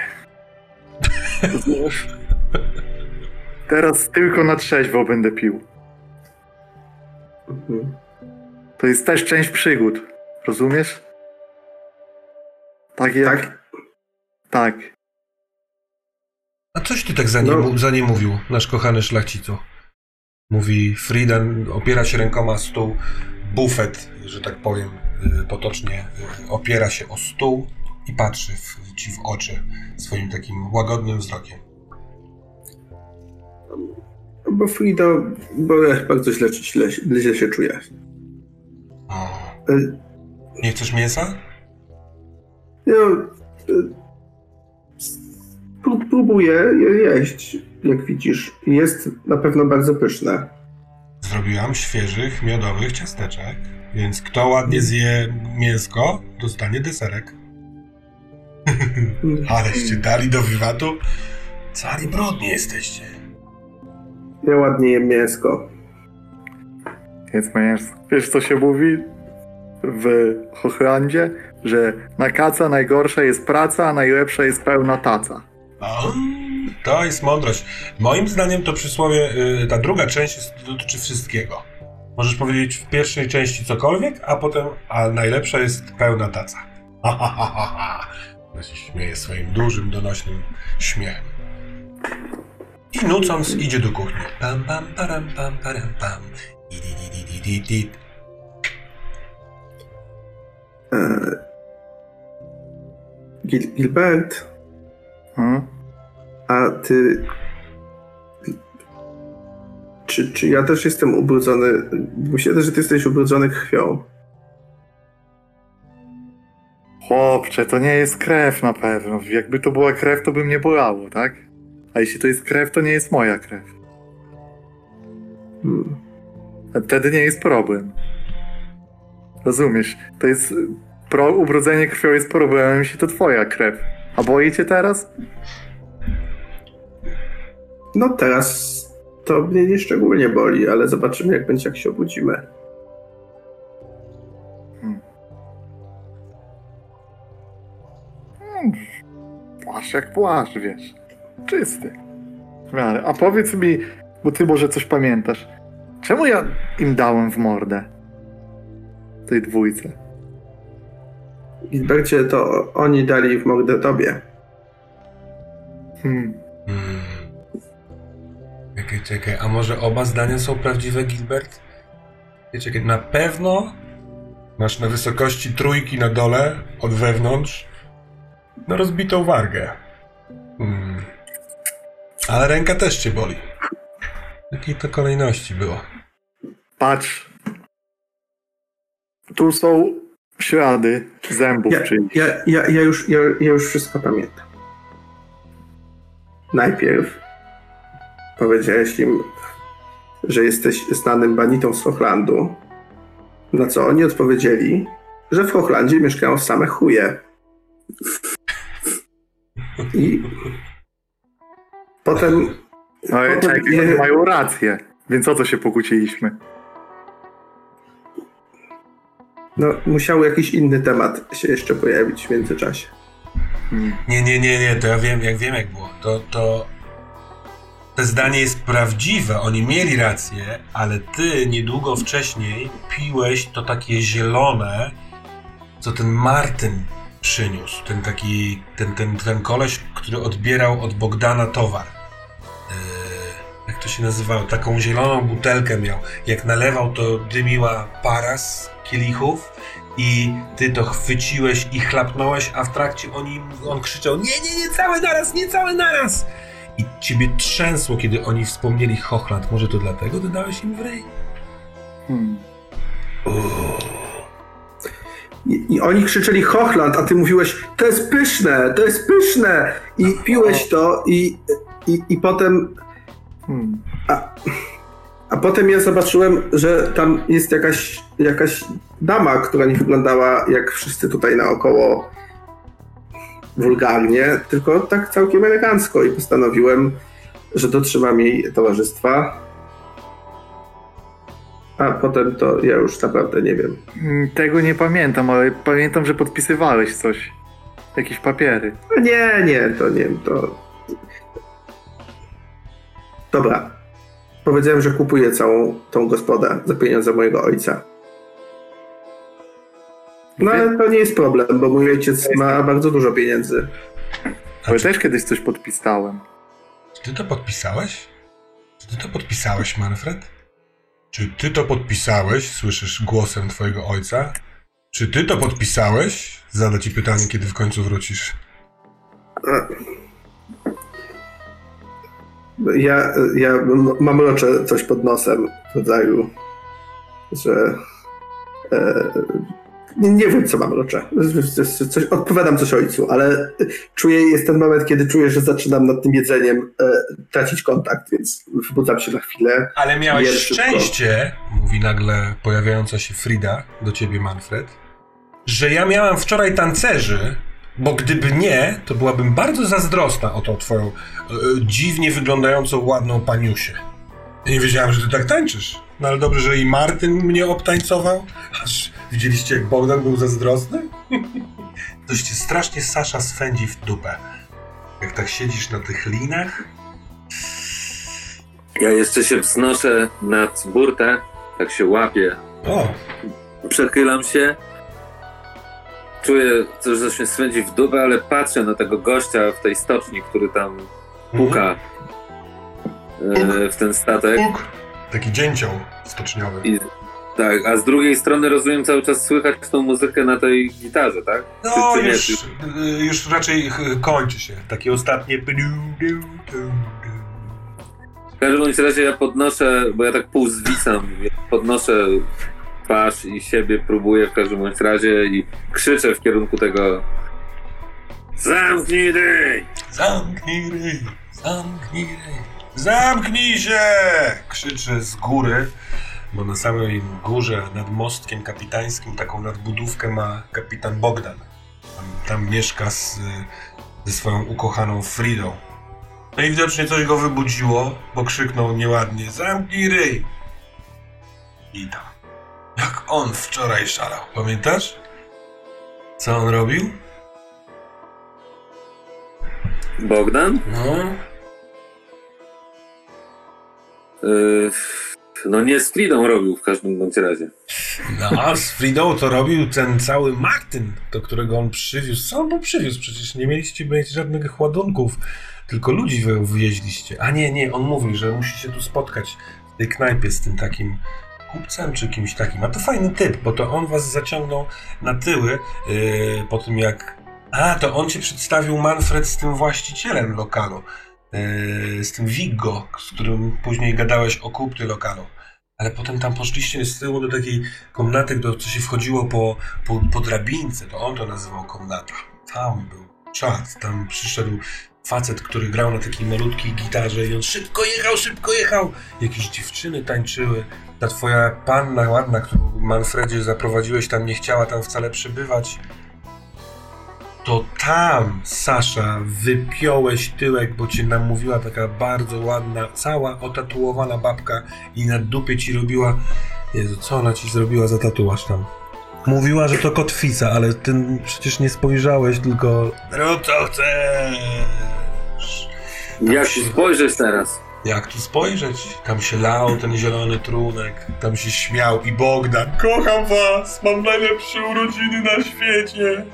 Teraz tylko na trzeźwo będę pił. To jest też część przygód. Rozumiesz? Tak jak... Tak. A coś ty tak za nie mówił, nasz kochany szlachcicu? Mówi Friedan, opiera się rękoma o stół, bufet, że tak powiem potocznie, opiera się o stół i patrzy ci w oczy swoim takim łagodnym wzrokiem. Bo Frido, bo ja bardzo źle się czuję. O. Nie chcesz mięsa? Ja próbuję je jeść, jak widzisz. Jest na pewno bardzo pyszne. Zrobiłam świeżych, miodowych ciasteczek, więc kto ładnie zje mięsko, dostanie deserek. Aleście dali do wywatu? Cali brudni jesteście. Ja ładnie jem mięsko. Jest mięsko. Wiesz, co się mówi w Hochlandzie? Że na kaca najgorsza jest praca, a najlepsza jest pełna taca. O, to jest mądrość. Moim zdaniem to przysłowie, ta druga część dotyczy wszystkiego. Możesz powiedzieć w pierwszej części cokolwiek, a najlepsza jest pełna taca. Ha, ha, ha, ha, ha. Ja się śmieje swoim dużym, donośnym śmiechem. I nucąc idzie do kuchni. Pam, pam, param, pam, param, pam. Di. Gilbert, a ty... Czy ja też jestem ubrudzony? Myślę, że ty jesteś ubrudzony krwią. Chłopcze, to nie jest krew na pewno. Jakby to była krew, to by mnie bolało, tak? A jeśli to jest krew, to nie jest moja krew. Wtedy nie jest problem. Rozumiesz? To jest... ubrudzenie krwią jest problemem, jeśli to twoja krew. A boi cię teraz? No teraz to mnie nie szczególnie boli, ale zobaczymy, jak będzie, jak się obudzimy. Płaszcz jak płaszcz, wiesz. Czysty. W miarę. A powiedz mi, bo ty może coś pamiętasz. Czemu ja im dałem w mordę? Tej dwójce. Gilbercie, to oni dali w mordę tobie. Czekaj, a może oba zdania są prawdziwe, Gilbert? Czekaj, na pewno masz na wysokości trójki na dole, od wewnątrz, no rozbitą wargę. Ale ręka też cię boli. W jakiej to kolejności było? Patrz. Tu są ślady zębów czyichś. Ja już wszystko pamiętam. Najpierw powiedziałeś im, że jesteś znanym banitą z Hochlandu, na co oni odpowiedzieli, że w Hochlandzie mieszkają same chuje. I potem... Ale czekaj, mają rację. Więc o co się pokłóciliśmy? No, musiał jakiś inny temat się jeszcze pojawić w międzyczasie. Nie, to ja wiem jak było. To zdanie jest prawdziwe, oni mieli rację, ale ty niedługo wcześniej piłeś to takie zielone, co ten Martyn przyniósł. Ten koleś, który odbierał od Bogdana towar. Jak to się nazywało? Taką zieloną butelkę miał. Jak nalewał, to dymiła para z kielichów i ty to chwyciłeś i chlapnąłeś, a w trakcie on krzyczał nie cały naraz! I ciebie trzęsło, kiedy oni wspomnieli Hochland. Może to dlatego dodałeś im w ryj? I oni krzyczeli Hochland, a ty mówiłeś, to jest pyszne! I piłeś to i potem... A potem ja zobaczyłem, że tam jest jakaś dama, która nie wyglądała jak wszyscy tutaj naokoło wulgarnie, tylko tak całkiem elegancko i postanowiłem, że dotrzymam jej towarzystwa. A potem to ja już naprawdę nie wiem. Tego nie pamiętam, ale pamiętam, że podpisywałeś coś. Jakieś papiery. To... Dobra. Powiedziałem, że kupuję całą tą gospodę za pieniądze mojego ojca. No ale to nie jest problem, bo mój ojciec ma bardzo dużo pieniędzy. Ale też kiedyś coś podpisałem. Czy ty to podpisałeś? Czy ty to podpisałeś, Manfred? Czy ty to podpisałeś? Słyszysz głosem twojego ojca? Czy ty to podpisałeś? Zada ci pytanie, kiedy w końcu wrócisz. Ja mamroczę coś pod nosem w rodzaju, że nie wiem, co mamroczę. Odpowiadam coś ojcu, ale jest ten moment, kiedy czuję, że zaczynam nad tym jedzeniem tracić kontakt, więc wybudzam się na chwilę. Ale miałeś szczęście, mówi nagle pojawiająca się Frida do ciebie, Manfred, że ja miałam wczoraj tancerzy, bo gdyby nie, to byłabym bardzo zazdrosna o tą twoją dziwnie wyglądającą, ładną paniusię. Ja nie wiedziałem, że ty tak tańczysz. No ale dobrze, że i Martyn mnie obtańcował. Aż widzieliście, jak Bogdan był zazdrosny? Coś cię strasznie Sasza swędzi w dupę. Jak tak siedzisz na tych linach. Ja jeszcze się wznoszę nad burtę, tak się łapię. O! Przechylam się. Czuję coś, że się swędzi w dupę, ale patrzę na tego gościa w tej stoczni, który tam puka w ten statek. Taki dzięcioł stoczniowy. I, tak, a z drugiej strony rozumiem, cały czas słychać tą muzykę na tej gitarze, tak? No czy już raczej kończy się. Takie ostatnie... W każdym razie ja podnoszę, bo ja tak pół zwisam, podnoszę twarz i siebie próbuję w każdym razie i krzyczę w kierunku tego: zamknij ryj! Zamknij ryj! Zamknij ryj! Zamknij się! Krzyczę z góry, bo na samej górze nad mostkiem kapitańskim taką nadbudówkę ma kapitan Bogdan. Tam mieszka ze swoją ukochaną Fridą. No i widocznie coś go wybudziło, bo krzyknął nieładnie: zamknij ryj! I tam. Jak on wczoraj szalał, pamiętasz? Co on robił? Bogdan? No. No nie z Fridą robił w każdym bądź razie. No, z Fridą to robił ten cały Martyn, do którego on przywiózł. Co on mu przywiózł? Przecież nie mieliście żadnych ładunków, tylko ludzi wywieźliście. A nie, on mówi, że musi się tu spotkać w tej knajpie z tym takim kupcem czy kimś takim. A to fajny typ, bo to on was zaciągnął na tyły po tym jak... A, to on cię przedstawił, Manfred, z tym właścicielem lokalu. Z tym Viggo, z którym później gadałeś o kupnie lokalu. Ale potem tam poszliście z tyłu do takiej komnaty, co się wchodziło po drabince. To on to nazywał komnata. Tam był czad. Tam przyszedł facet, który grał na takiej malutkiej gitarze i on szybko jechał. Jakieś dziewczyny tańczyły. Ta twoja panna ładna, którą Manfredzie zaprowadziłeś tam, nie chciała tam wcale przybywać. To tam, Sasza, wypiąłeś tyłek, bo cię namówiła taka bardzo ładna, cała otatuowana babka i na dupie ci robiła... Jezu, co ona ci zrobiła za tatuaż tam? Mówiła, że to kotwica, ale ty przecież nie spojrzałeś, tylko... Rób co chcesz! Jak się spojrzeć teraz? Jak tu spojrzeć? Tam się lał ten zielony trunek, tam się śmiał i Bogdan. Kocham was, mam najlepsze urodziny na świecie!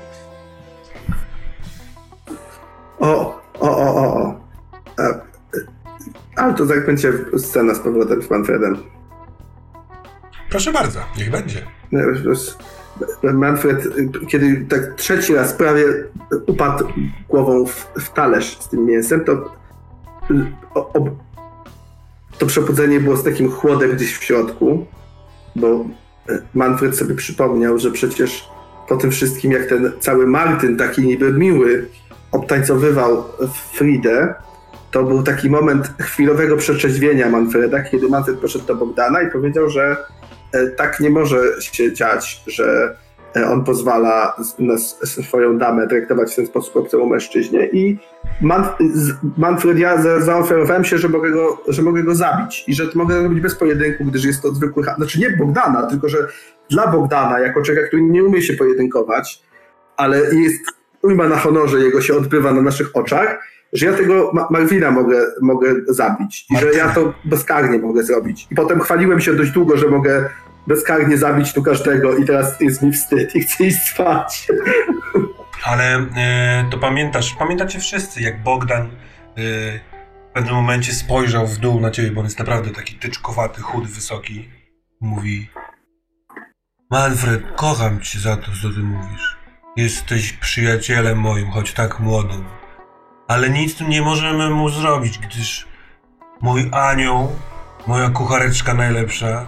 Ale to zakończę scena z powrotem z Manfredem. Proszę bardzo, niech będzie. Manfred, kiedy tak trzeci raz prawie upadł głową w talerz z tym mięsem, to przebudzenie było z takim chłodem gdzieś w środku, bo Manfred sobie przypomniał, że przecież po tym wszystkim, jak ten cały Martin, taki niby miły, obtańcowywał Fridę, to był taki moment chwilowego przetrzeźwienia Manfreda, kiedy Manfred poszedł do Bogdana i powiedział, że tak nie może się dziać, że on pozwala na swoją damę traktować w ten sposób obcemu mężczyźnie i Manfred, ja zaoferowałem się, że mogę go zabić i że to mogę zrobić bez pojedynku, gdyż jest to zwykły... Znaczy nie Bogdana, tylko że dla Bogdana, jako człowieka, który nie umie się pojedynkować, ale jest ujma na honorze, jego się odbywa na naszych oczach, że ja tego Marvina mogę zabić i że ja to bezkarnie mogę zrobić. I potem chwaliłem się dość długo, że mogę bezkarnie zabić tu każdego i teraz jest mi wstyd i chcę iść spać. Ale to pamiętacie wszyscy, jak Bogdan w pewnym momencie spojrzał w dół na ciebie, bo on jest naprawdę taki tyczkowaty, chudy, wysoki. Mówi: Manfred, kocham cię za to, co ty mówisz. Jesteś przyjacielem moim, choć tak młodym. Ale nic nie możemy mu zrobić, gdyż mój anioł, moja kuchareczka najlepsza,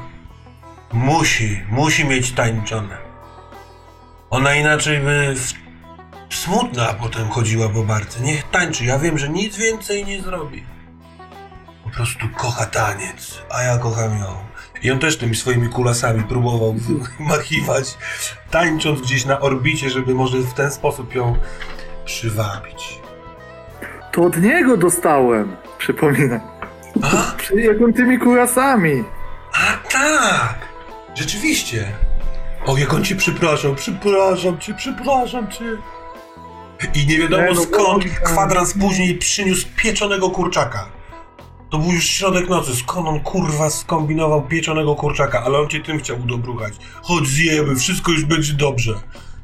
musi mieć tańczone. Ona inaczej by smutna potem chodziła po barce. Niech tańczy, ja wiem, że nic więcej nie zrobi. Po prostu kocha taniec, a ja kocham ją. I on też tymi swoimi kulasami próbował machiwać, tańcząc gdzieś na orbicie, żeby może w ten sposób ją przywabić. To od niego dostałem, przypominam. A? Jak on tymi kurasami. A tak! Rzeczywiście! O, jak on ci przepraszam cię. I nie wiadomo skąd kwadrans później przyniósł pieczonego kurczaka. To był już środek nocy, skąd on kurwa skombinował pieczonego kurczaka, ale on cię tym chciał udobruchać. Chodź zjemy, wszystko już będzie dobrze.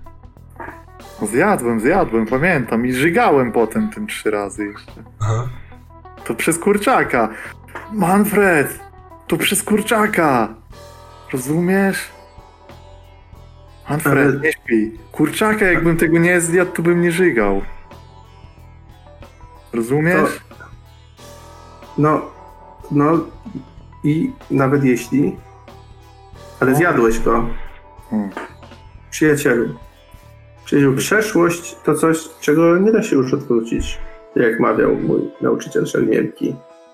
Zjadłem, pamiętam i żygałem potem tym 3 razy jeszcze. Aha. To przez kurczaka. Manfred, to przez kurczaka. Rozumiesz? Manfred, Ale- nie śpij. Kurczaka, jakbym tego nie zjadł, to bym nie żygał. Rozumiesz? No i nawet jeśli, ale zjadłeś go. Przyjacielu, przeszłość to coś, czego nie da się już odwrócić, jak mawiał mój nauczyciel szermierki.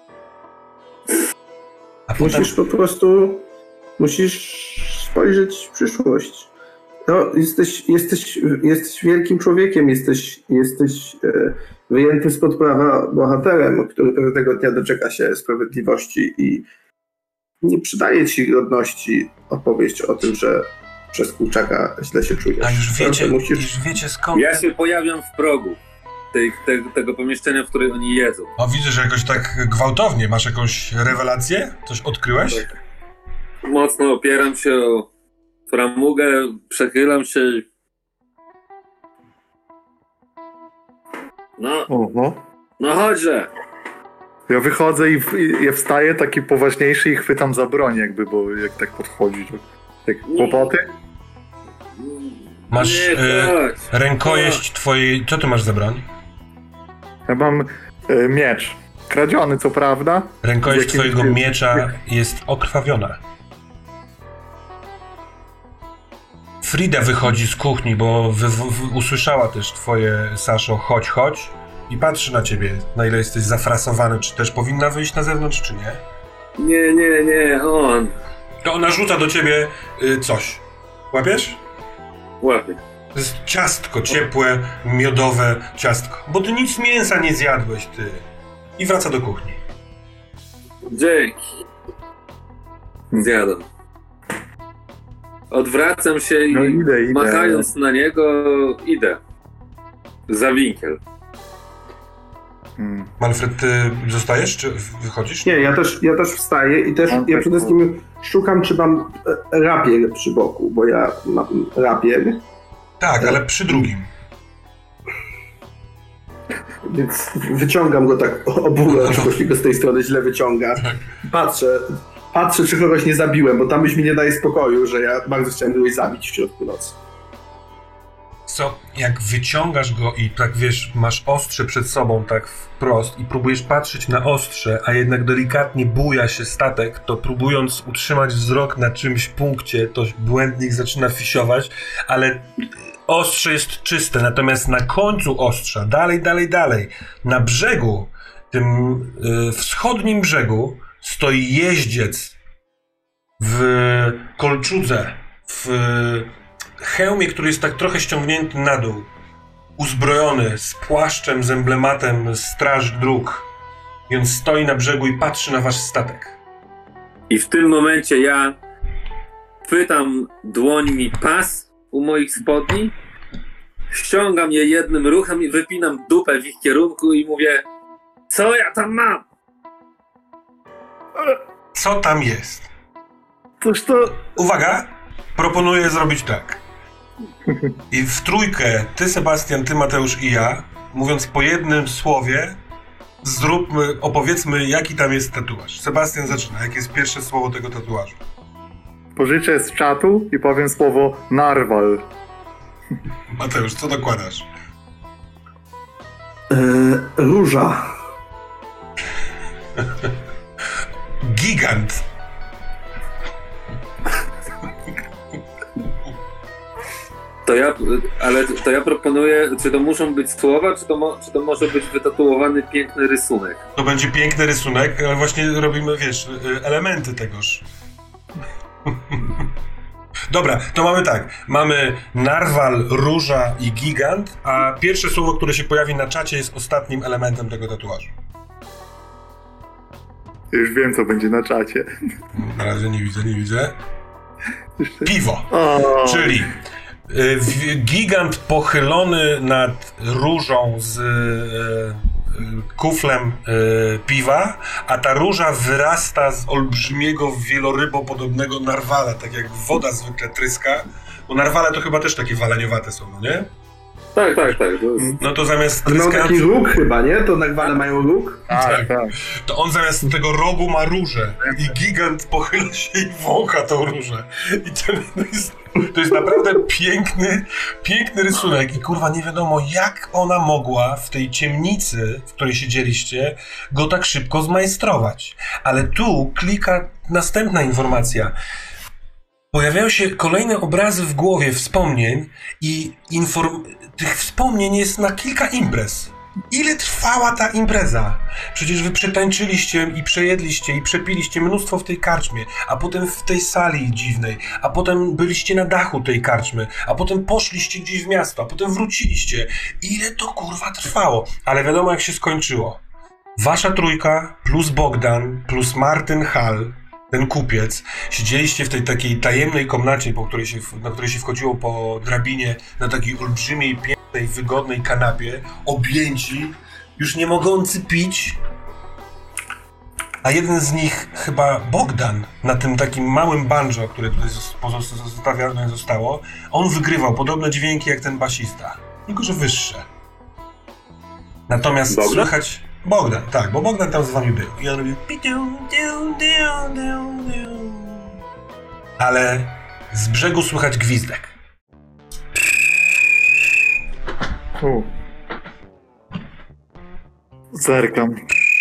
A potem... Musisz spojrzeć w przyszłość. No, jesteś wielkim człowiekiem, jesteś wyjętym spod prawa bohaterem, który pewnego dnia doczeka się sprawiedliwości i nie przydaje ci godności opowieść o tym, że przez kurczaka źle się czujesz. A już Musisz... wiecie skąd... Ja się pojawiam w progu tego pomieszczenia, w którym oni jedzą. O, widzę, że jakoś tak gwałtownie. Masz jakąś rewelację? Coś odkryłeś? Tak. Mocno opieram się o framugę, przechylam się. Oho. No chodźże. Ja wychodzę i ja wstaję taki poważniejszy i chwytam za broń jakby, bo jak tak podchodzi, to tak kłopoty. Masz chodź. rękojeść twojej... Co ty masz za broń? Ja mam miecz. Kradziony, co prawda. Rękojeść Z jakimś- twojego miecza jest okrwawiona. Frida wychodzi z kuchni, bo usłyszała też twoje, Saszo, chodź i patrzy na ciebie, na ile jesteś zafrasowany, czy też powinna wyjść na zewnątrz, czy nie. Nie, on. To ona rzuca do ciebie coś. Łapiesz? Łapie. To jest ciastko, ciepłe, miodowe ciastko. Bo ty nic mięsa nie zjadłeś, ty. I wraca do kuchni. Dzięki. Zjadam. Odwracam się i No idę. machając na niego idę. Za winkiel. Manfred, ty zostajesz, czy wychodzisz? Nie, ja też wstaję i też ja przede wszystkim szukam, czy mam rapier przy boku, bo ja mam rapier, Tak, ale przy drugim. więc wyciągam go tak obułem, czy go z tej strony źle wyciąga. Patrzę, czy kogoś nie zabiłem, bo tam już mi nie daje spokoju, że ja bardzo chciałem kogoś zabić w środku nocy. Co, jak wyciągasz go i tak wiesz, masz ostrze przed sobą tak wprost i próbujesz patrzeć na ostrze, a jednak delikatnie buja się statek, to próbując utrzymać wzrok na czymś punkcie, to błędnik zaczyna fisiować, ale ostrze jest czyste, natomiast na końcu ostrza, dalej, na brzegu, tym wschodnim brzegu, stoi jeździec w kolczudze, w hełmie, który jest tak trochę ściągnięty na dół, uzbrojony z płaszczem, z emblematem Straży Dróg. I on stoi na brzegu i patrzy na wasz statek. I w tym momencie ja chwytam dłońmi pas u moich spodni, ściągam je jednym ruchem i wypinam dupę w ich kierunku i mówię: co ja tam mam? Co tam jest? Toż to... Uwaga! Proponuję zrobić tak. I w trójkę, ty Sebastian, ty Mateusz i ja, mówiąc po jednym słowie, opowiedzmy, jaki tam jest tatuaż. Sebastian zaczyna. Jakie jest pierwsze słowo tego tatuażu? Pożyczę z czatu i powiem słowo narwal. Mateusz, co dokładasz? Róża. Gigant. To ja proponuję, czy to muszą być słowa, czy to może być wytatuowany piękny rysunek? To będzie piękny rysunek, ale właśnie robimy, wiesz, elementy tegoż. Dobra, to mamy tak. Mamy narwal, róża i gigant, a pierwsze słowo, które się pojawi na czacie, jest ostatnim elementem tego tatuażu. Ja już wiem, co będzie na czacie. Na razie nie widzę. Piwo. O, Czyli gigant pochylony nad różą z kuflem piwa, a ta róża wyrasta z olbrzymiego, wielorybopodobnego narwala, tak jak woda zwykle tryska. Bo narwale to chyba też takie waleniowate są, no nie? Tak. No to zamiast Mają tryskając... taki róg chyba, nie? To narwale mają róg? tak. To on zamiast tego rogu ma różę i gigant pochyla się i wącha tą różę. I to jest naprawdę piękny rysunek i kurwa nie wiadomo jak ona mogła w tej ciemnicy, w której siedzieliście, go tak szybko zmajstrować. Ale tu klika następna informacja. Pojawiają się kolejne obrazy w głowie wspomnień i tych wspomnień jest na kilka imprez. Ile trwała ta impreza? Przecież wy przetańczyliście i przejedliście i przepiliście mnóstwo w tej karczmie, a potem w tej sali dziwnej, a potem byliście na dachu tej karczmy, a potem poszliście gdzieś w miasto, a potem wróciliście. Ile to kurwa trwało? Ale wiadomo jak się skończyło. Wasza trójka plus Bogdan plus Martin Hall, ten kupiec, siedzieliście w tej takiej tajemnej komnacie, na której się wchodziło po drabinie, na takiej olbrzymiej, pięknej, wygodnej kanapie, objęci, już nie mogący pić, a jeden z nich, chyba Bogdan, na tym takim małym banjo, które tutaj pozostawione zostało, on wygrywał podobne dźwięki jak ten basista, tylko że wyższe. Natomiast Bogdan? Tak, Bogdan, tak, bo Bogdan tam z wami był. I on robił... Ale z brzegu słychać gwizdek. Zerkam.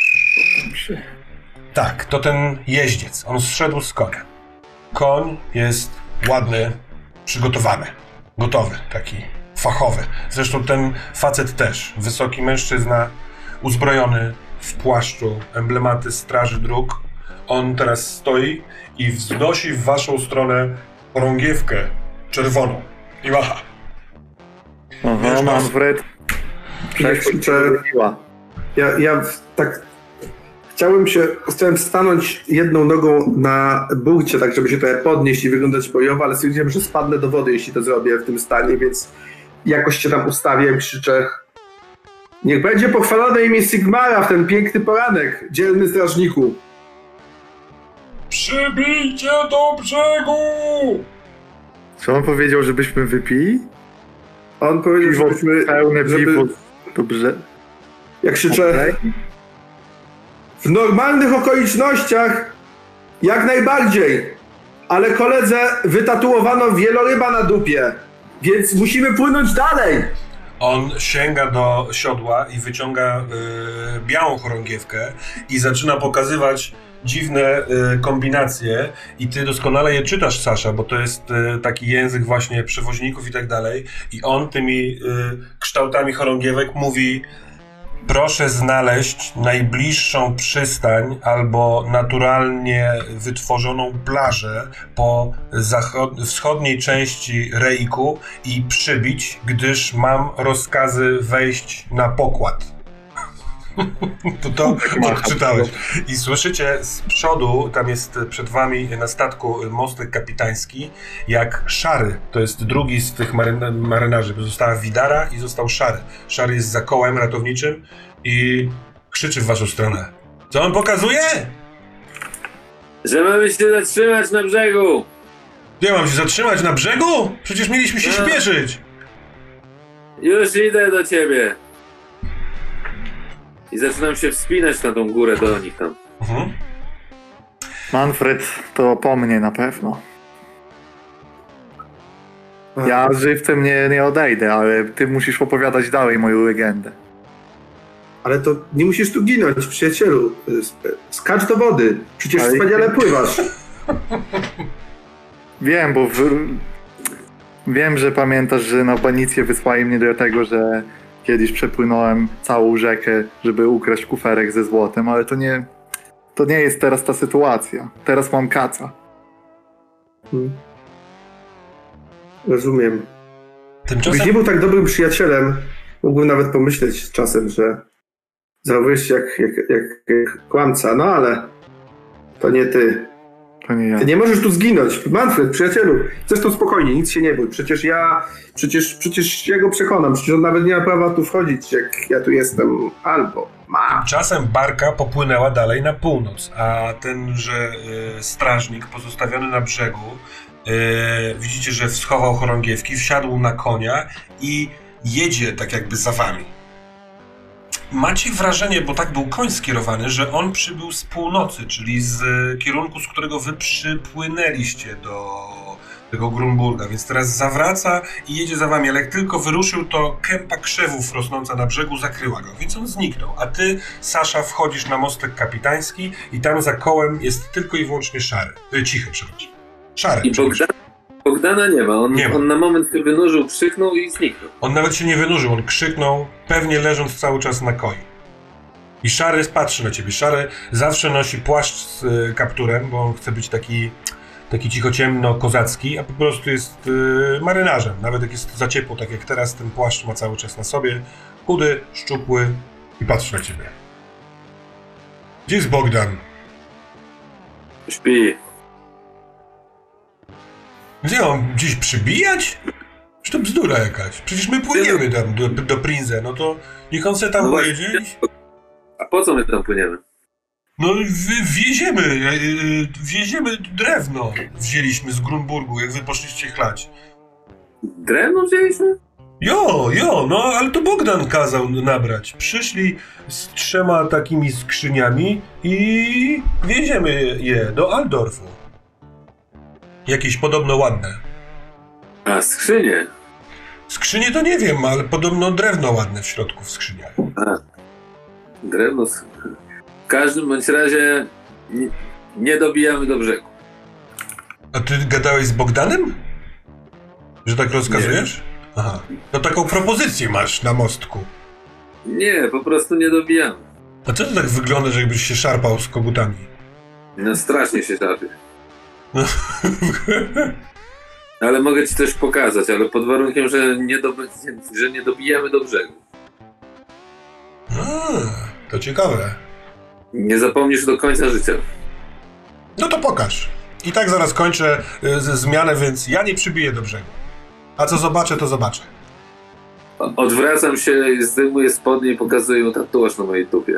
Tak, to ten jeździec. On zszedł z konia. Koń jest ładny, przygotowany, gotowy, taki fachowy. Zresztą ten facet też. Wysoki mężczyzna, uzbrojony w płaszczu, emblematy Straży Dróg. On teraz stoi i wznosi w waszą stronę chorągiewkę czerwoną i macha. Aha, Manfred. Ja tak chciałem stanąć jedną nogą na burcie, tak żeby się trochę podnieść i wyglądać bojowo, ale stwierdziłem, że spadnę do wody, jeśli to zrobię w tym stanie, więc jakoś się tam ustawię, krzyczę: niech będzie pochwalone imię Sigmara w ten piękny poranek, dzielny strażniku. Przybijcie do brzegu! Co on powiedział, żebyśmy wypili? On powiedział, żebyśmy... Pełne piwo. Dobrze. Jak krzyczę... W normalnych okolicznościach jak najbardziej, ale koledze wytatuowano wieloryba na dupie, więc musimy płynąć dalej. On sięga do siodła i wyciąga białą chorągiewkę i zaczyna pokazywać dziwne kombinacje i ty doskonale je czytasz, Sasza, bo to jest taki język właśnie przewoźników i tak dalej i on tymi kształtami chorągiewek mówi: proszę znaleźć najbliższą przystań albo naturalnie wytworzoną plażę po wschodniej części Reiku i przybić, gdyż mam rozkazy wejść na pokład. To odczytałeś. I słyszycie z przodu, tam jest przed wami na statku mostek kapitański, jak Szary, to jest drugi z tych marynarzy, bo została Widara i został Szary. Szary jest za kołem ratowniczym i krzyczy w waszą stronę. Co on pokazuje? Że mamy się zatrzymać na brzegu! Nie mam się zatrzymać na brzegu? Przecież mieliśmy się śpieszyć. Już idę do ciebie! I zaczynam się wspinać na tą górę do nich tam. Mhm. Manfred, to po mnie na pewno. Ja żywcem nie odejdę, ale ty musisz opowiadać dalej moją legendę. Ale to nie musisz tu ginąć, przyjacielu. Skacz do wody, przecież wspaniale pływasz. Wiem, bo wiem, że pamiętasz, że na banicję wysłali mnie do tego, że kiedyś przepłynąłem całą rzekę, żeby ukraść kuferek ze złotem, ale to nie jest teraz ta sytuacja. Teraz mam kaca. Rozumiem. Tymczasem... Gdybyś nie był tak dobrym przyjacielem, mógłbym nawet pomyśleć czasem, że zachowujesz się jak kłamca, no ale to nie ty. To nie ja. Ty nie możesz tu zginąć. Manfred, przyjacielu, zresztą spokojnie, nic się nie bój. Przecież ja go przekonam. Przecież on nawet nie ma prawa tu wchodzić, jak ja tu jestem. Albo ma. Czasem barka popłynęła dalej na północ, a tenże strażnik pozostawiony na brzegu, widzicie, że schował chorągiewki, wsiadł na konia i jedzie tak jakby za wami. Macie wrażenie, bo tak był koń skierowany, że on przybył z północy, czyli z kierunku, z którego wy przypłynęliście do tego Grunburga, więc teraz zawraca i jedzie za wami, ale jak tylko wyruszył, to kępa krzewów rosnąca na brzegu zakryła go, więc on zniknął. A ty, Sasza, wchodzisz na mostek kapitański i tam za kołem jest tylko i wyłącznie Szary. Cichy, przepraszam. Szary. I Bogdana nie ma. Nie ma. On na moment się wynurzył, krzyknął i zniknął. On nawet się nie wynurzył, on krzyknął, pewnie leżąc cały czas na koi. I Szary patrzy na ciebie. Szary zawsze nosi płaszcz z kapturem, bo on chce być taki cichociemno-kozacki, a po prostu jest marynarzem. Nawet jak jest za ciepło, tak jak teraz, ten płaszcz ma cały czas na sobie. Chudy, szczupły i patrzy na ciebie. Gdzie jest Bogdan? Śpi. Gdzie on? Gdzieś przybijać? Przecież to bzdura jakaś. Przecież my płyniemy tam do Prinze, no to niech on se tam pojedzie. A po co my tam płyniemy? No wieziemy drewno. Wzięliśmy z Grunburgu, jak wy poszliście chlać. Drewno wzięliśmy? Jo, no ale to Bogdan kazał nabrać. Przyszli z 3 takimi skrzyniami i wieziemy je do Aldorfu. Jakieś podobno ładne. A, skrzynie. Skrzynie to nie wiem, ale podobno drewno ładne w środku w skrzyniach. A, drewno. W każdym bądź razie nie dobijamy do brzegu. A ty gadałeś z Bogdanem? Że tak rozkazujesz? Aha. No taką propozycję masz na mostku. Nie, po prostu nie dobijamy. A co to tak wygląda, że jakbyś się szarpał z kogutami? No strasznie się szarpie. No. Ale mogę ci coś pokazać, ale pod warunkiem, że nie dobijamy do brzegu. To ciekawe. Nie zapomnisz do końca życia. No to pokaż. I tak zaraz kończę zmianę, więc ja nie przybiję do brzegu. A co zobaczę, to zobaczę. Odwracam się, zdejmuję spodnie i pokazuję mu tatuaż na mojej dupie.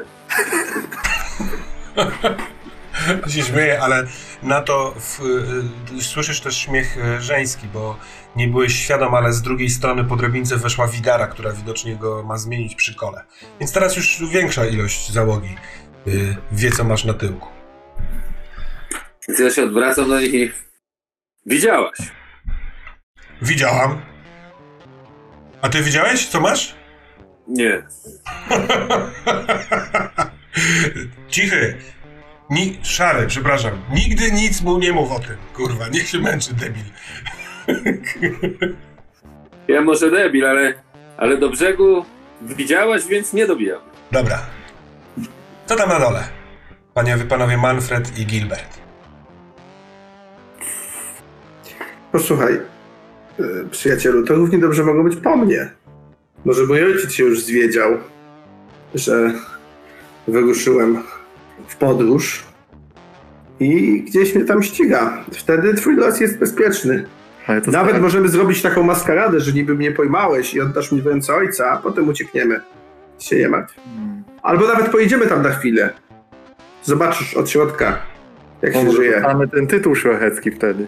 To się śmieję, ale na to słyszysz też śmiech żeński, bo nie byłeś świadom, ale z drugiej strony po drabince weszła Widara, która widocznie go ma zmienić przy kole. Więc teraz już większa ilość załogi wie, co masz na tyłku. Więc ja się odwracam do nich i... Widziałaś! Widziałam. A ty widziałeś, co masz? Nie. Cichy. Szary, przepraszam. Nigdy nic mu nie mów o tym. Kurwa, niech się męczy, debil. Ja może debil, ale do brzegu widziałaś, więc nie dobijam. Dobra. Co tam na dole? Panowie Manfred i Gilbert. Posłuchaj, przyjacielu, to równie dobrze mogło być po mnie. Może mój ojciec się już zwiedział, że wyruszyłem w podróż i gdzieś mnie tam ściga. Wtedy twój los jest bezpieczny. Ale to Nawet tak. możemy zrobić taką maskaradę, że niby mnie pojmałeś i oddasz mi w ręce ojca, a potem uciekniemy. Się nie martw. Albo nawet pojedziemy tam na chwilę. Zobaczysz od środka, jak się żyje. Mamy ten tytuł szlachecki wtedy.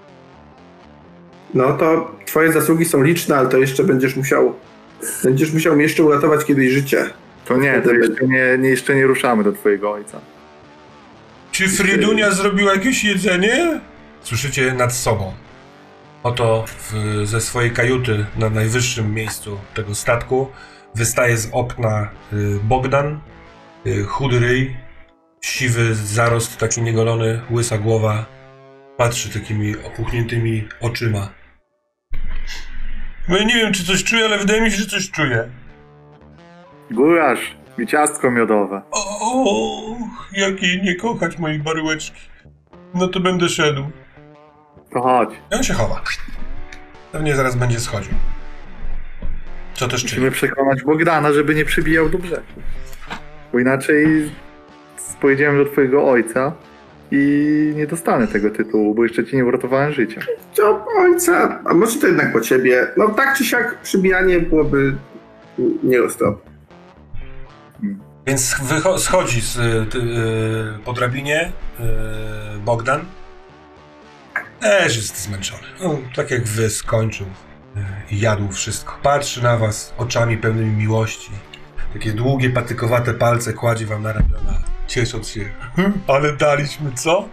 No to twoje zasługi są liczne, ale to jeszcze będziesz musiał mi jeszcze uratować kiedyś życie. To nie, to jeszcze nie ruszamy do twojego ojca. Czy Frydunia zrobiła jakieś jedzenie? Słyszycie nad sobą. Oto ze swojej kajuty na najwyższym miejscu tego statku wystaje z okna Bogdan, chudy ryj, siwy zarost, taki niegolony, łysa głowa. Patrzy takimi opuchniętymi oczyma. No nie wiem, czy coś czuję, ale wydaje mi się, że coś czuję. Gulasz i ciastko miodowe. O, jakiej nie kochać mojej baryłeczki. No to będę szedł. To chodź. I on się chowa. Pewnie zaraz będzie schodził. Co też czyni? Musimy przekonać Bogdana, żeby nie przybijał do brzegu. Bo inaczej pojedziemy do twojego ojca i nie dostanę tego tytułu, bo jeszcze ci nie uratowałem życia. To ojca, a może to jednak po ciebie. No tak czy siak przybijanie byłoby nieroztropne. Więc schodzi po drabinie Bogdan. Też jest zmęczony. No, tak jak wy skończył i jadł wszystko. Patrzy na was oczami pełnymi miłości. Takie długie, patykowate palce kładzie wam na ramiona, ciesząc się. Ale daliśmy, co?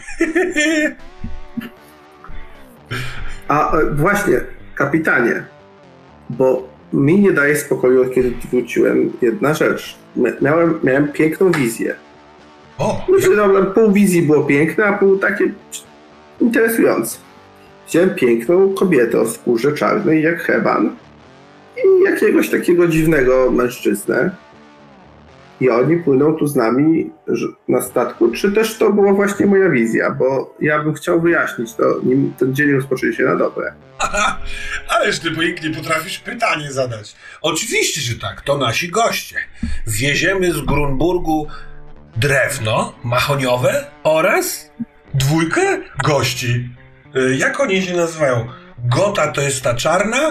A właśnie, kapitanie, bo mi nie daje spokoju, kiedy tu wróciłem, jedna rzecz. Miałem piękną wizję. O! Znaczy, no, pół wizji było piękne, a pół takie interesujące. Widziałem piękną kobietę o skórze czarnej jak heban i jakiegoś takiego dziwnego mężczyznę. I oni płyną tu z nami na statku, czy też to była właśnie moja wizja, bo ja bym chciał wyjaśnić to, nim ten dzień rozpocznie się na dobre. Aha, ależ ty pięknie potrafisz pytanie zadać. Oczywiście, że tak, to nasi goście. Wieziemy z Grunburgu drewno mahoniowe oraz 2 gości. Jak oni się nazywają? Gota to jest ta czarna,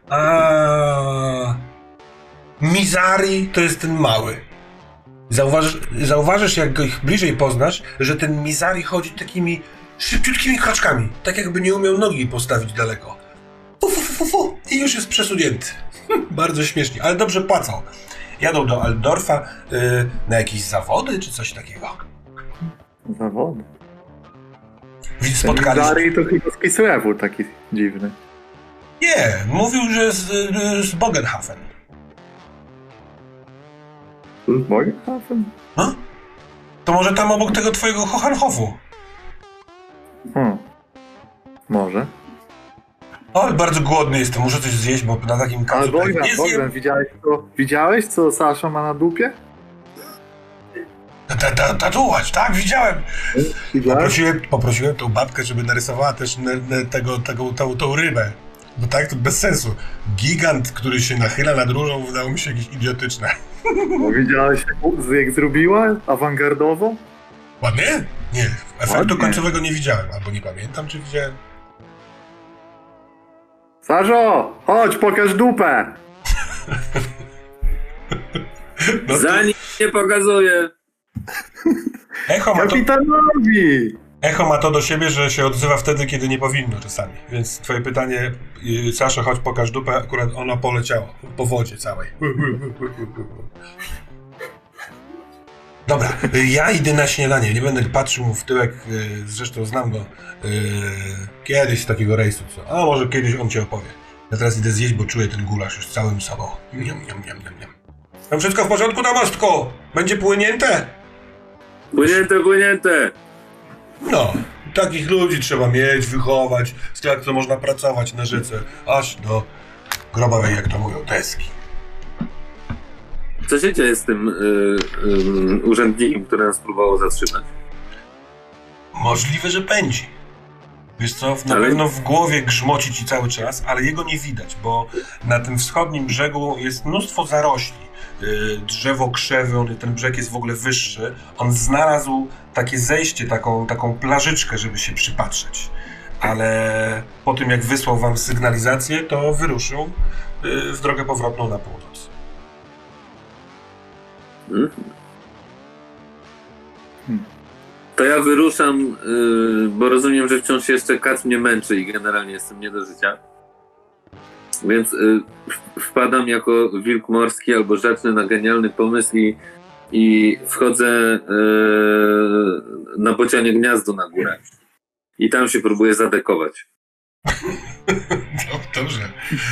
a Mizari to jest ten mały. Zauważysz, jak go ich bliżej poznasz, że ten Mizari chodzi takimi szybciutkimi kroczkami, tak jakby nie umiał nogi postawić daleko. Fu, fu, fu, fu, fu. i już jest przesunięty. Bardzo śmiesznie, ale dobrze płacą. Jadą do Altdorfa na jakieś zawody czy coś takiego. Zawody. Spotkaliśmy... Dari to chyba z Kislewu taki dziwny. Nie, mówił, że z Bogenhafen. Bogenhafen? No? To może tam obok tego twojego Hohenhofu. Może. O, bardzo głodny jestem, muszę coś zjeść, bo na takim Ale kacu Bogdan, nie zjem. widziałeś co Sasza ma na dupie? Tatuaż, tak, widziałem. Widziałeś? Poprosiłem tą babkę, żeby narysowała też tą rybę. Bo tak, to bez sensu. Gigant, który się nachyla nad różą, wydało mi się jakieś idiotyczne. No, widziałeś jak zrobiła? Awangardowo? Ładnie? Nie, efektu Ładnie. końcowego nie widziałem, albo nie pamiętam, czy widziałem. Saszo, chodź, pokaż dupę! No to Za nim nie pokazuje. Kapitanowi! Echo ma to do siebie, że się odzywa wtedy, kiedy nie powinno czasami. Więc twoje pytanie, Sasza, chodź pokaż dupę, akurat ono poleciało po wodzie całej. Dobra, ja idę na śniadanie, nie będę patrzył mu w tyłek, zresztą znam go kiedyś z takiego rejsu, a może kiedyś on ci opowie. Ja teraz idę zjeść, bo czuję ten gulasz już całym sobą. Niam. Tam wszystko w porządku na mostku? Będzie płynięte? Płynięte. No, takich ludzi trzeba mieć, wychować, tak to można pracować na rzece, aż do grobowej, jak to mówią, deski. Co się dzieje z tym urzędnikiem, który nas próbował zatrzymać? Możliwe, że pędzi. Wiesz co, na pewno w głowie grzmoci ci cały czas, ale jego nie widać, bo na tym wschodnim brzegu jest mnóstwo zarośli. Drzewo, krzewy, ten brzeg jest w ogóle wyższy. On znalazł takie zejście, taką plażyczkę, żeby się przypatrzeć. Ale po tym, jak wysłał wam sygnalizację, to wyruszył w drogę powrotną na północ. To ja wyruszam, bo rozumiem, że wciąż jeszcze kac mnie męczy i generalnie jestem nie do życia. Więc wpadam jako wilk morski albo rzeczny na genialny pomysł i wchodzę na bocianie gniazdo na górę. I tam się próbuję zadekować. Dobrze.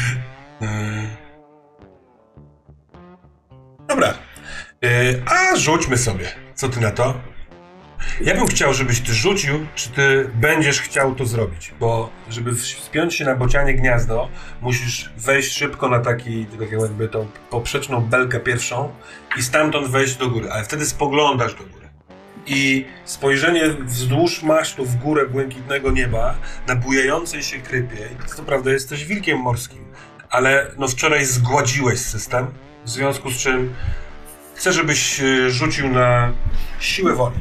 Dobra. A rzućmy sobie. Co ty na to? Ja bym chciał, żebyś ty rzucił, czy ty będziesz chciał to zrobić, bo żeby wspiąć się na bocianie gniazdo, musisz wejść szybko na tak jakby tą poprzeczną belkę pierwszą i stamtąd wejść do góry, ale wtedy spoglądasz do góry. I spojrzenie wzdłuż masztu w górę błękitnego nieba na bujającej się krypie, i co prawda jesteś wilkiem morskim, ale no wczoraj zgładziłeś system, w związku z czym chcę, żebyś rzucił na siłę woli.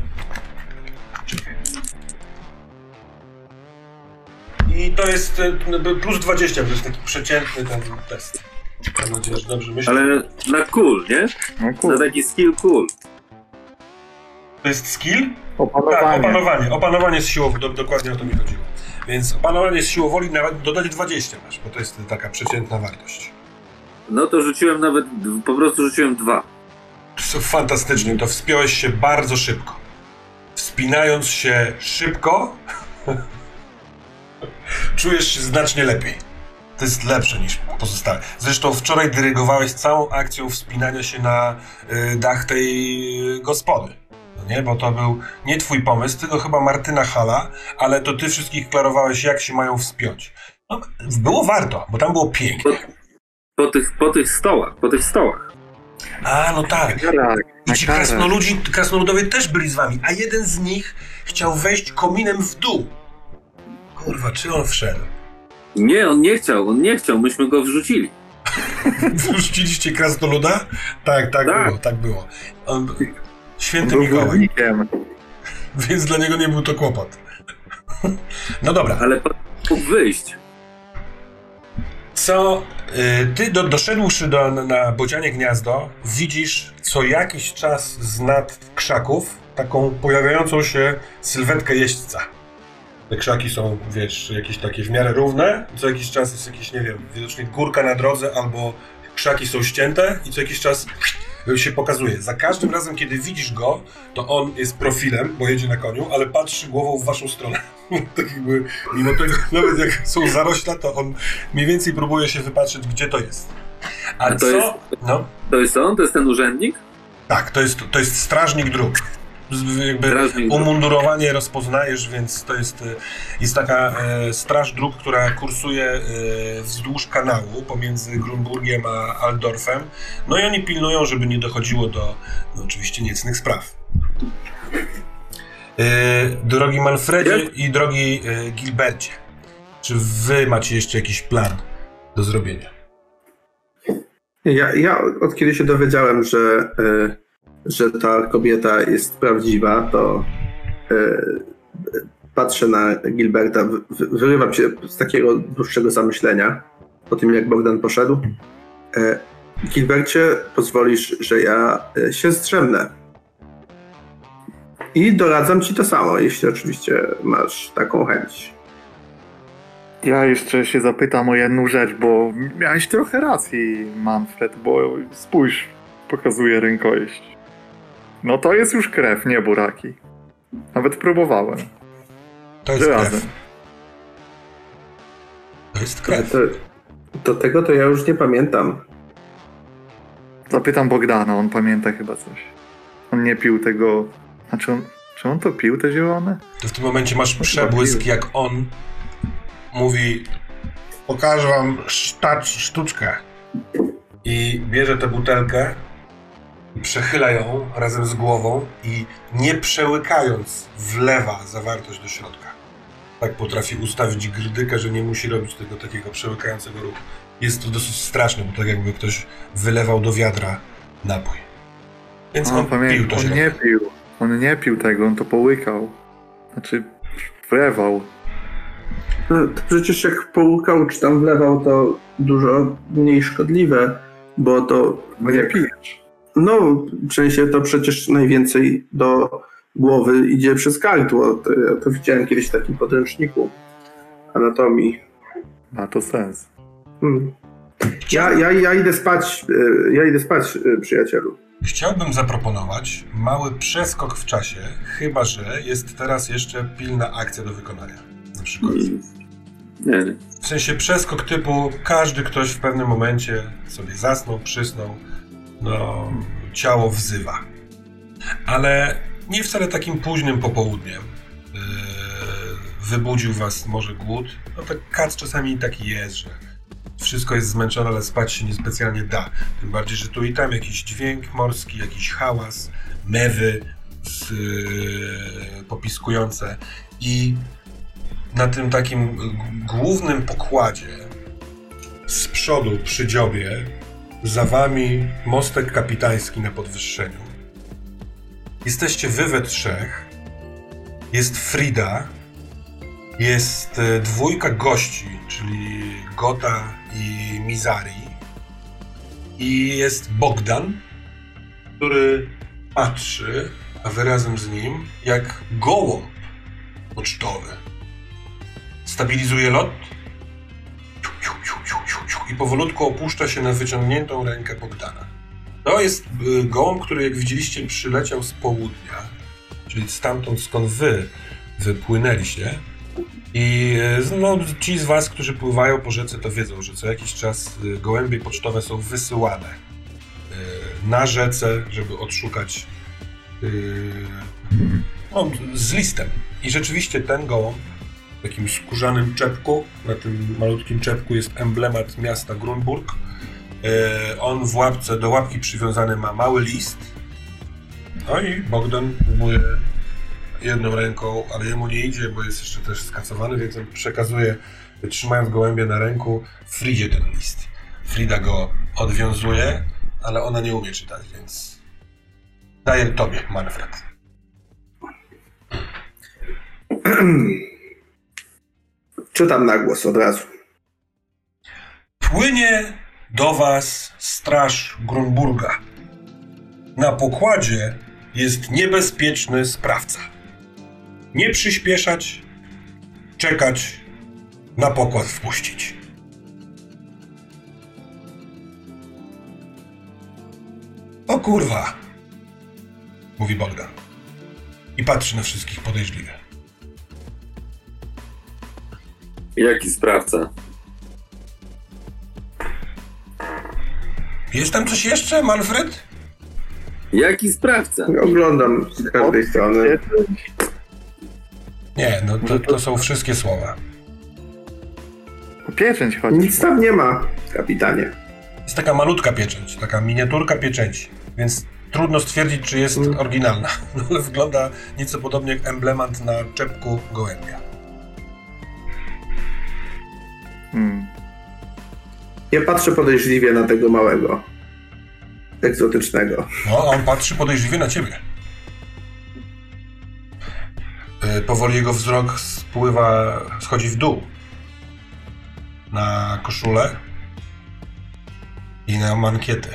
I to jest plus 20, to jest taki przeciętny ten test. Mam nadzieję, że dobrze myślę. Ale na cool, nie? No Na taki skill cool. To jest skill? Opanowanie. Tak, opanowanie. Opanowanie z siłą, dokładnie o to mi chodziło. Więc opanowanie z siłą woli nawet dodać 20 masz, bo to jest taka przeciętna wartość. No to rzuciłem nawet, po prostu rzuciłem 2. Fantastycznie, to wspiąłeś się bardzo szybko. Wspinając się szybko, czujesz się znacznie lepiej. To jest lepsze niż pozostałe. Zresztą wczoraj dyrygowałeś całą akcją wspinania się na dach tej gospody. No nie? Bo to był nie twój pomysł, tylko chyba Martyna Hala, ale to ty wszystkich klarowałeś, jak się mają wspiąć. No, było warto, bo tam było pięknie. Po tych stołach. A, no tak. I ci Tak. krasnoludowie też byli z wami, a jeden z nich chciał wejść kominem w dół. Kurwa, czy on wszedł? Nie, on nie chciał, myśmy go wrzucili. Wrzuciliście krasnoluda? Tak było. Święty Mikołaj, Górnikiem. więc dla niego nie był to kłopot. No dobra. Ale mógł wyjść. Co ty doszedłszy na bocianie gniazdo, widzisz co jakiś czas z nad krzaków taką pojawiającą się sylwetkę jeźdźca. te krzaki są, wiesz, jakieś takie w miarę równe, co jakiś czas jest jakieś, nie wiem, widocznie górka na drodze, albo krzaki są ścięte i co jakiś czas się pokazuje. Za każdym razem, kiedy widzisz go, to on jest profilem, bo jedzie na koniu, ale patrzy głową w waszą stronę. Tak jakby, mimo tego, nawet jak są zarośla, to on mniej więcej próbuje się wypatrzeć, gdzie to jest. A to co? jest- No, To jest on? To jest ten urzędnik? tak, to jest strażnik dróg. Jakby Strażnik dróg. umundurowanie rozpoznajesz, więc to jest taka straż dróg, która kursuje wzdłuż kanału pomiędzy Grunburgiem a Altdorfem. No i oni pilnują, żeby nie dochodziło do oczywiście niecnych spraw. Drogi Manfredzie i drogi Gilbercie, czy wy macie jeszcze jakiś plan do zrobienia? Ja od kiedy się dowiedziałem, że ta kobieta jest prawdziwa, to patrzę na Gilberta, wyrywam się z takiego dłuższego zamyślenia po tym, jak Bogdan poszedł. Gilbercie, pozwolisz, że ja się zdrzemnę. I doradzam ci to samo, jeśli oczywiście masz taką chęć. Ja jeszcze się zapytam o jedną rzecz, bo miałeś trochę racji, Manfred, bo spójrz, pokazuje rękojeść. No to jest już krew, nie buraki. Nawet próbowałem. To jest Razem. krew. To jest krew. Do tego to ja już nie pamiętam. Zapytam Bogdana, on pamięta chyba coś. On nie pił tego... Znaczy czy on to pił, te zielone? To w tym momencie masz przebłysk, jak on mówi: pokażę wam sztuczkę. I bierze tę butelkę i przechyla ją razem z głową i nie przełykając wlewa zawartość do środka. Tak potrafi ustawić grdykę, że nie musi robić tego takiego przełykającego ruchu. Jest to dosyć straszne, bo tak jakby ktoś wylewał do wiadra napój. Więc on pił to środka. On nie pił tego, on to połykał. Znaczy, wlewał. No, to przecież jak połykał czy tam wlewał, to dużo mniej szkodliwe, bo to... No nie pijesz. No, w sensie to przecież najwięcej do głowy idzie przez gardło. To widziałem kiedyś w takim podręczniku anatomii. Ma to sens. Ja idę spać, przyjacielu. Chciałbym zaproponować mały przeskok w czasie, chyba że jest teraz jeszcze pilna akcja do wykonania. Na przykład. Nie. W sensie przeskok typu każdy ktoś w pewnym momencie sobie zasnął, przysnął, no ciało wzywa. Ale nie wcale takim późnym popołudniem wybudził was może głód. No tak kac czasami taki jest, że wszystko jest zmęczone, ale spać się niespecjalnie da. Tym bardziej, że tu i tam jakiś dźwięk morski, jakiś hałas, mewy popiskujące i na tym takim głównym pokładzie z przodu przy dziobie, za wami mostek kapitański na podwyższeniu. Jesteście wy we trzech, jest Frida, jest dwójka gości, czyli Gota i Mizari, i jest Bogdan, który patrzy, a wy razem z nim, jak gołąb pocztowy. Stabilizuje lot i powolutku opuszcza się na wyciągniętą rękę Bogdana. To jest gołąb, który, jak widzieliście, przyleciał z południa, czyli stamtąd, skąd wy wypłynęliście. I no, ci z was, którzy pływają po rzece, to wiedzą, że co jakiś czas gołębie pocztowe są wysyłane na rzece, żeby odszukać no, z listem. I rzeczywiście ten gołąb w takim skórzanym czepku, na tym malutkim czepku jest emblemat miasta Grunburg. On w łapce, do łapki przywiązany ma mały list. No i Bogdan próbuje jedną ręką, ale jemu nie idzie, bo jest jeszcze też skacowany, więc on przekazuje, trzymając gołębia na ręku, Fridzie ten list. Frida go odwiązuje, ale ona nie umie czytać, więc daję tobie, Manfred. Czytam na głos od razu. Płynie do was straż Grunburga. Na pokładzie jest niebezpieczny sprawca. Nie przyspieszać, czekać, na pokład wpuścić. O kurwa, mówi Bogdan. I patrzy na wszystkich podejrzliwie. Jaki sprawca? Jest tam coś jeszcze, Manfred? Jaki sprawca? Oglądam z każdej strony. Nie, no to są wszystkie słowa. Pieczęć chodzi. Nic tam nie ma, kapitanie. Jest taka malutka pieczęć, taka miniaturka pieczęci, więc trudno stwierdzić, czy jest oryginalna. No, ale wygląda nieco podobnie jak emblemat na czepku gołębia. Ja patrzę podejrzliwie na tego małego, egzotycznego. No, a on patrzy podejrzliwie na ciebie. Powoli jego wzrok schodzi w dół. Na koszulę i na mankietę.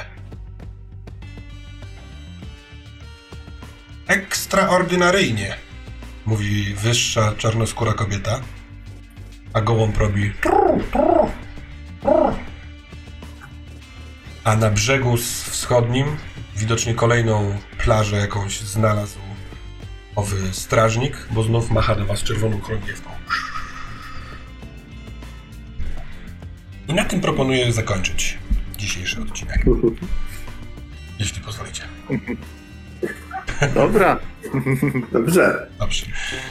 Ekstraordynaryjnie, mówi wyższa, czarnoskóra kobieta, a gołąb robi. A na brzegu wschodnim, widocznie kolejną plażę jakąś znalazł owy strażnik, bo znów macha do was czerwoną chorągiewką. I na tym proponuję zakończyć dzisiejszy odcinek. Jeśli pozwolicie. Dobra. Dobrze. Dobrze.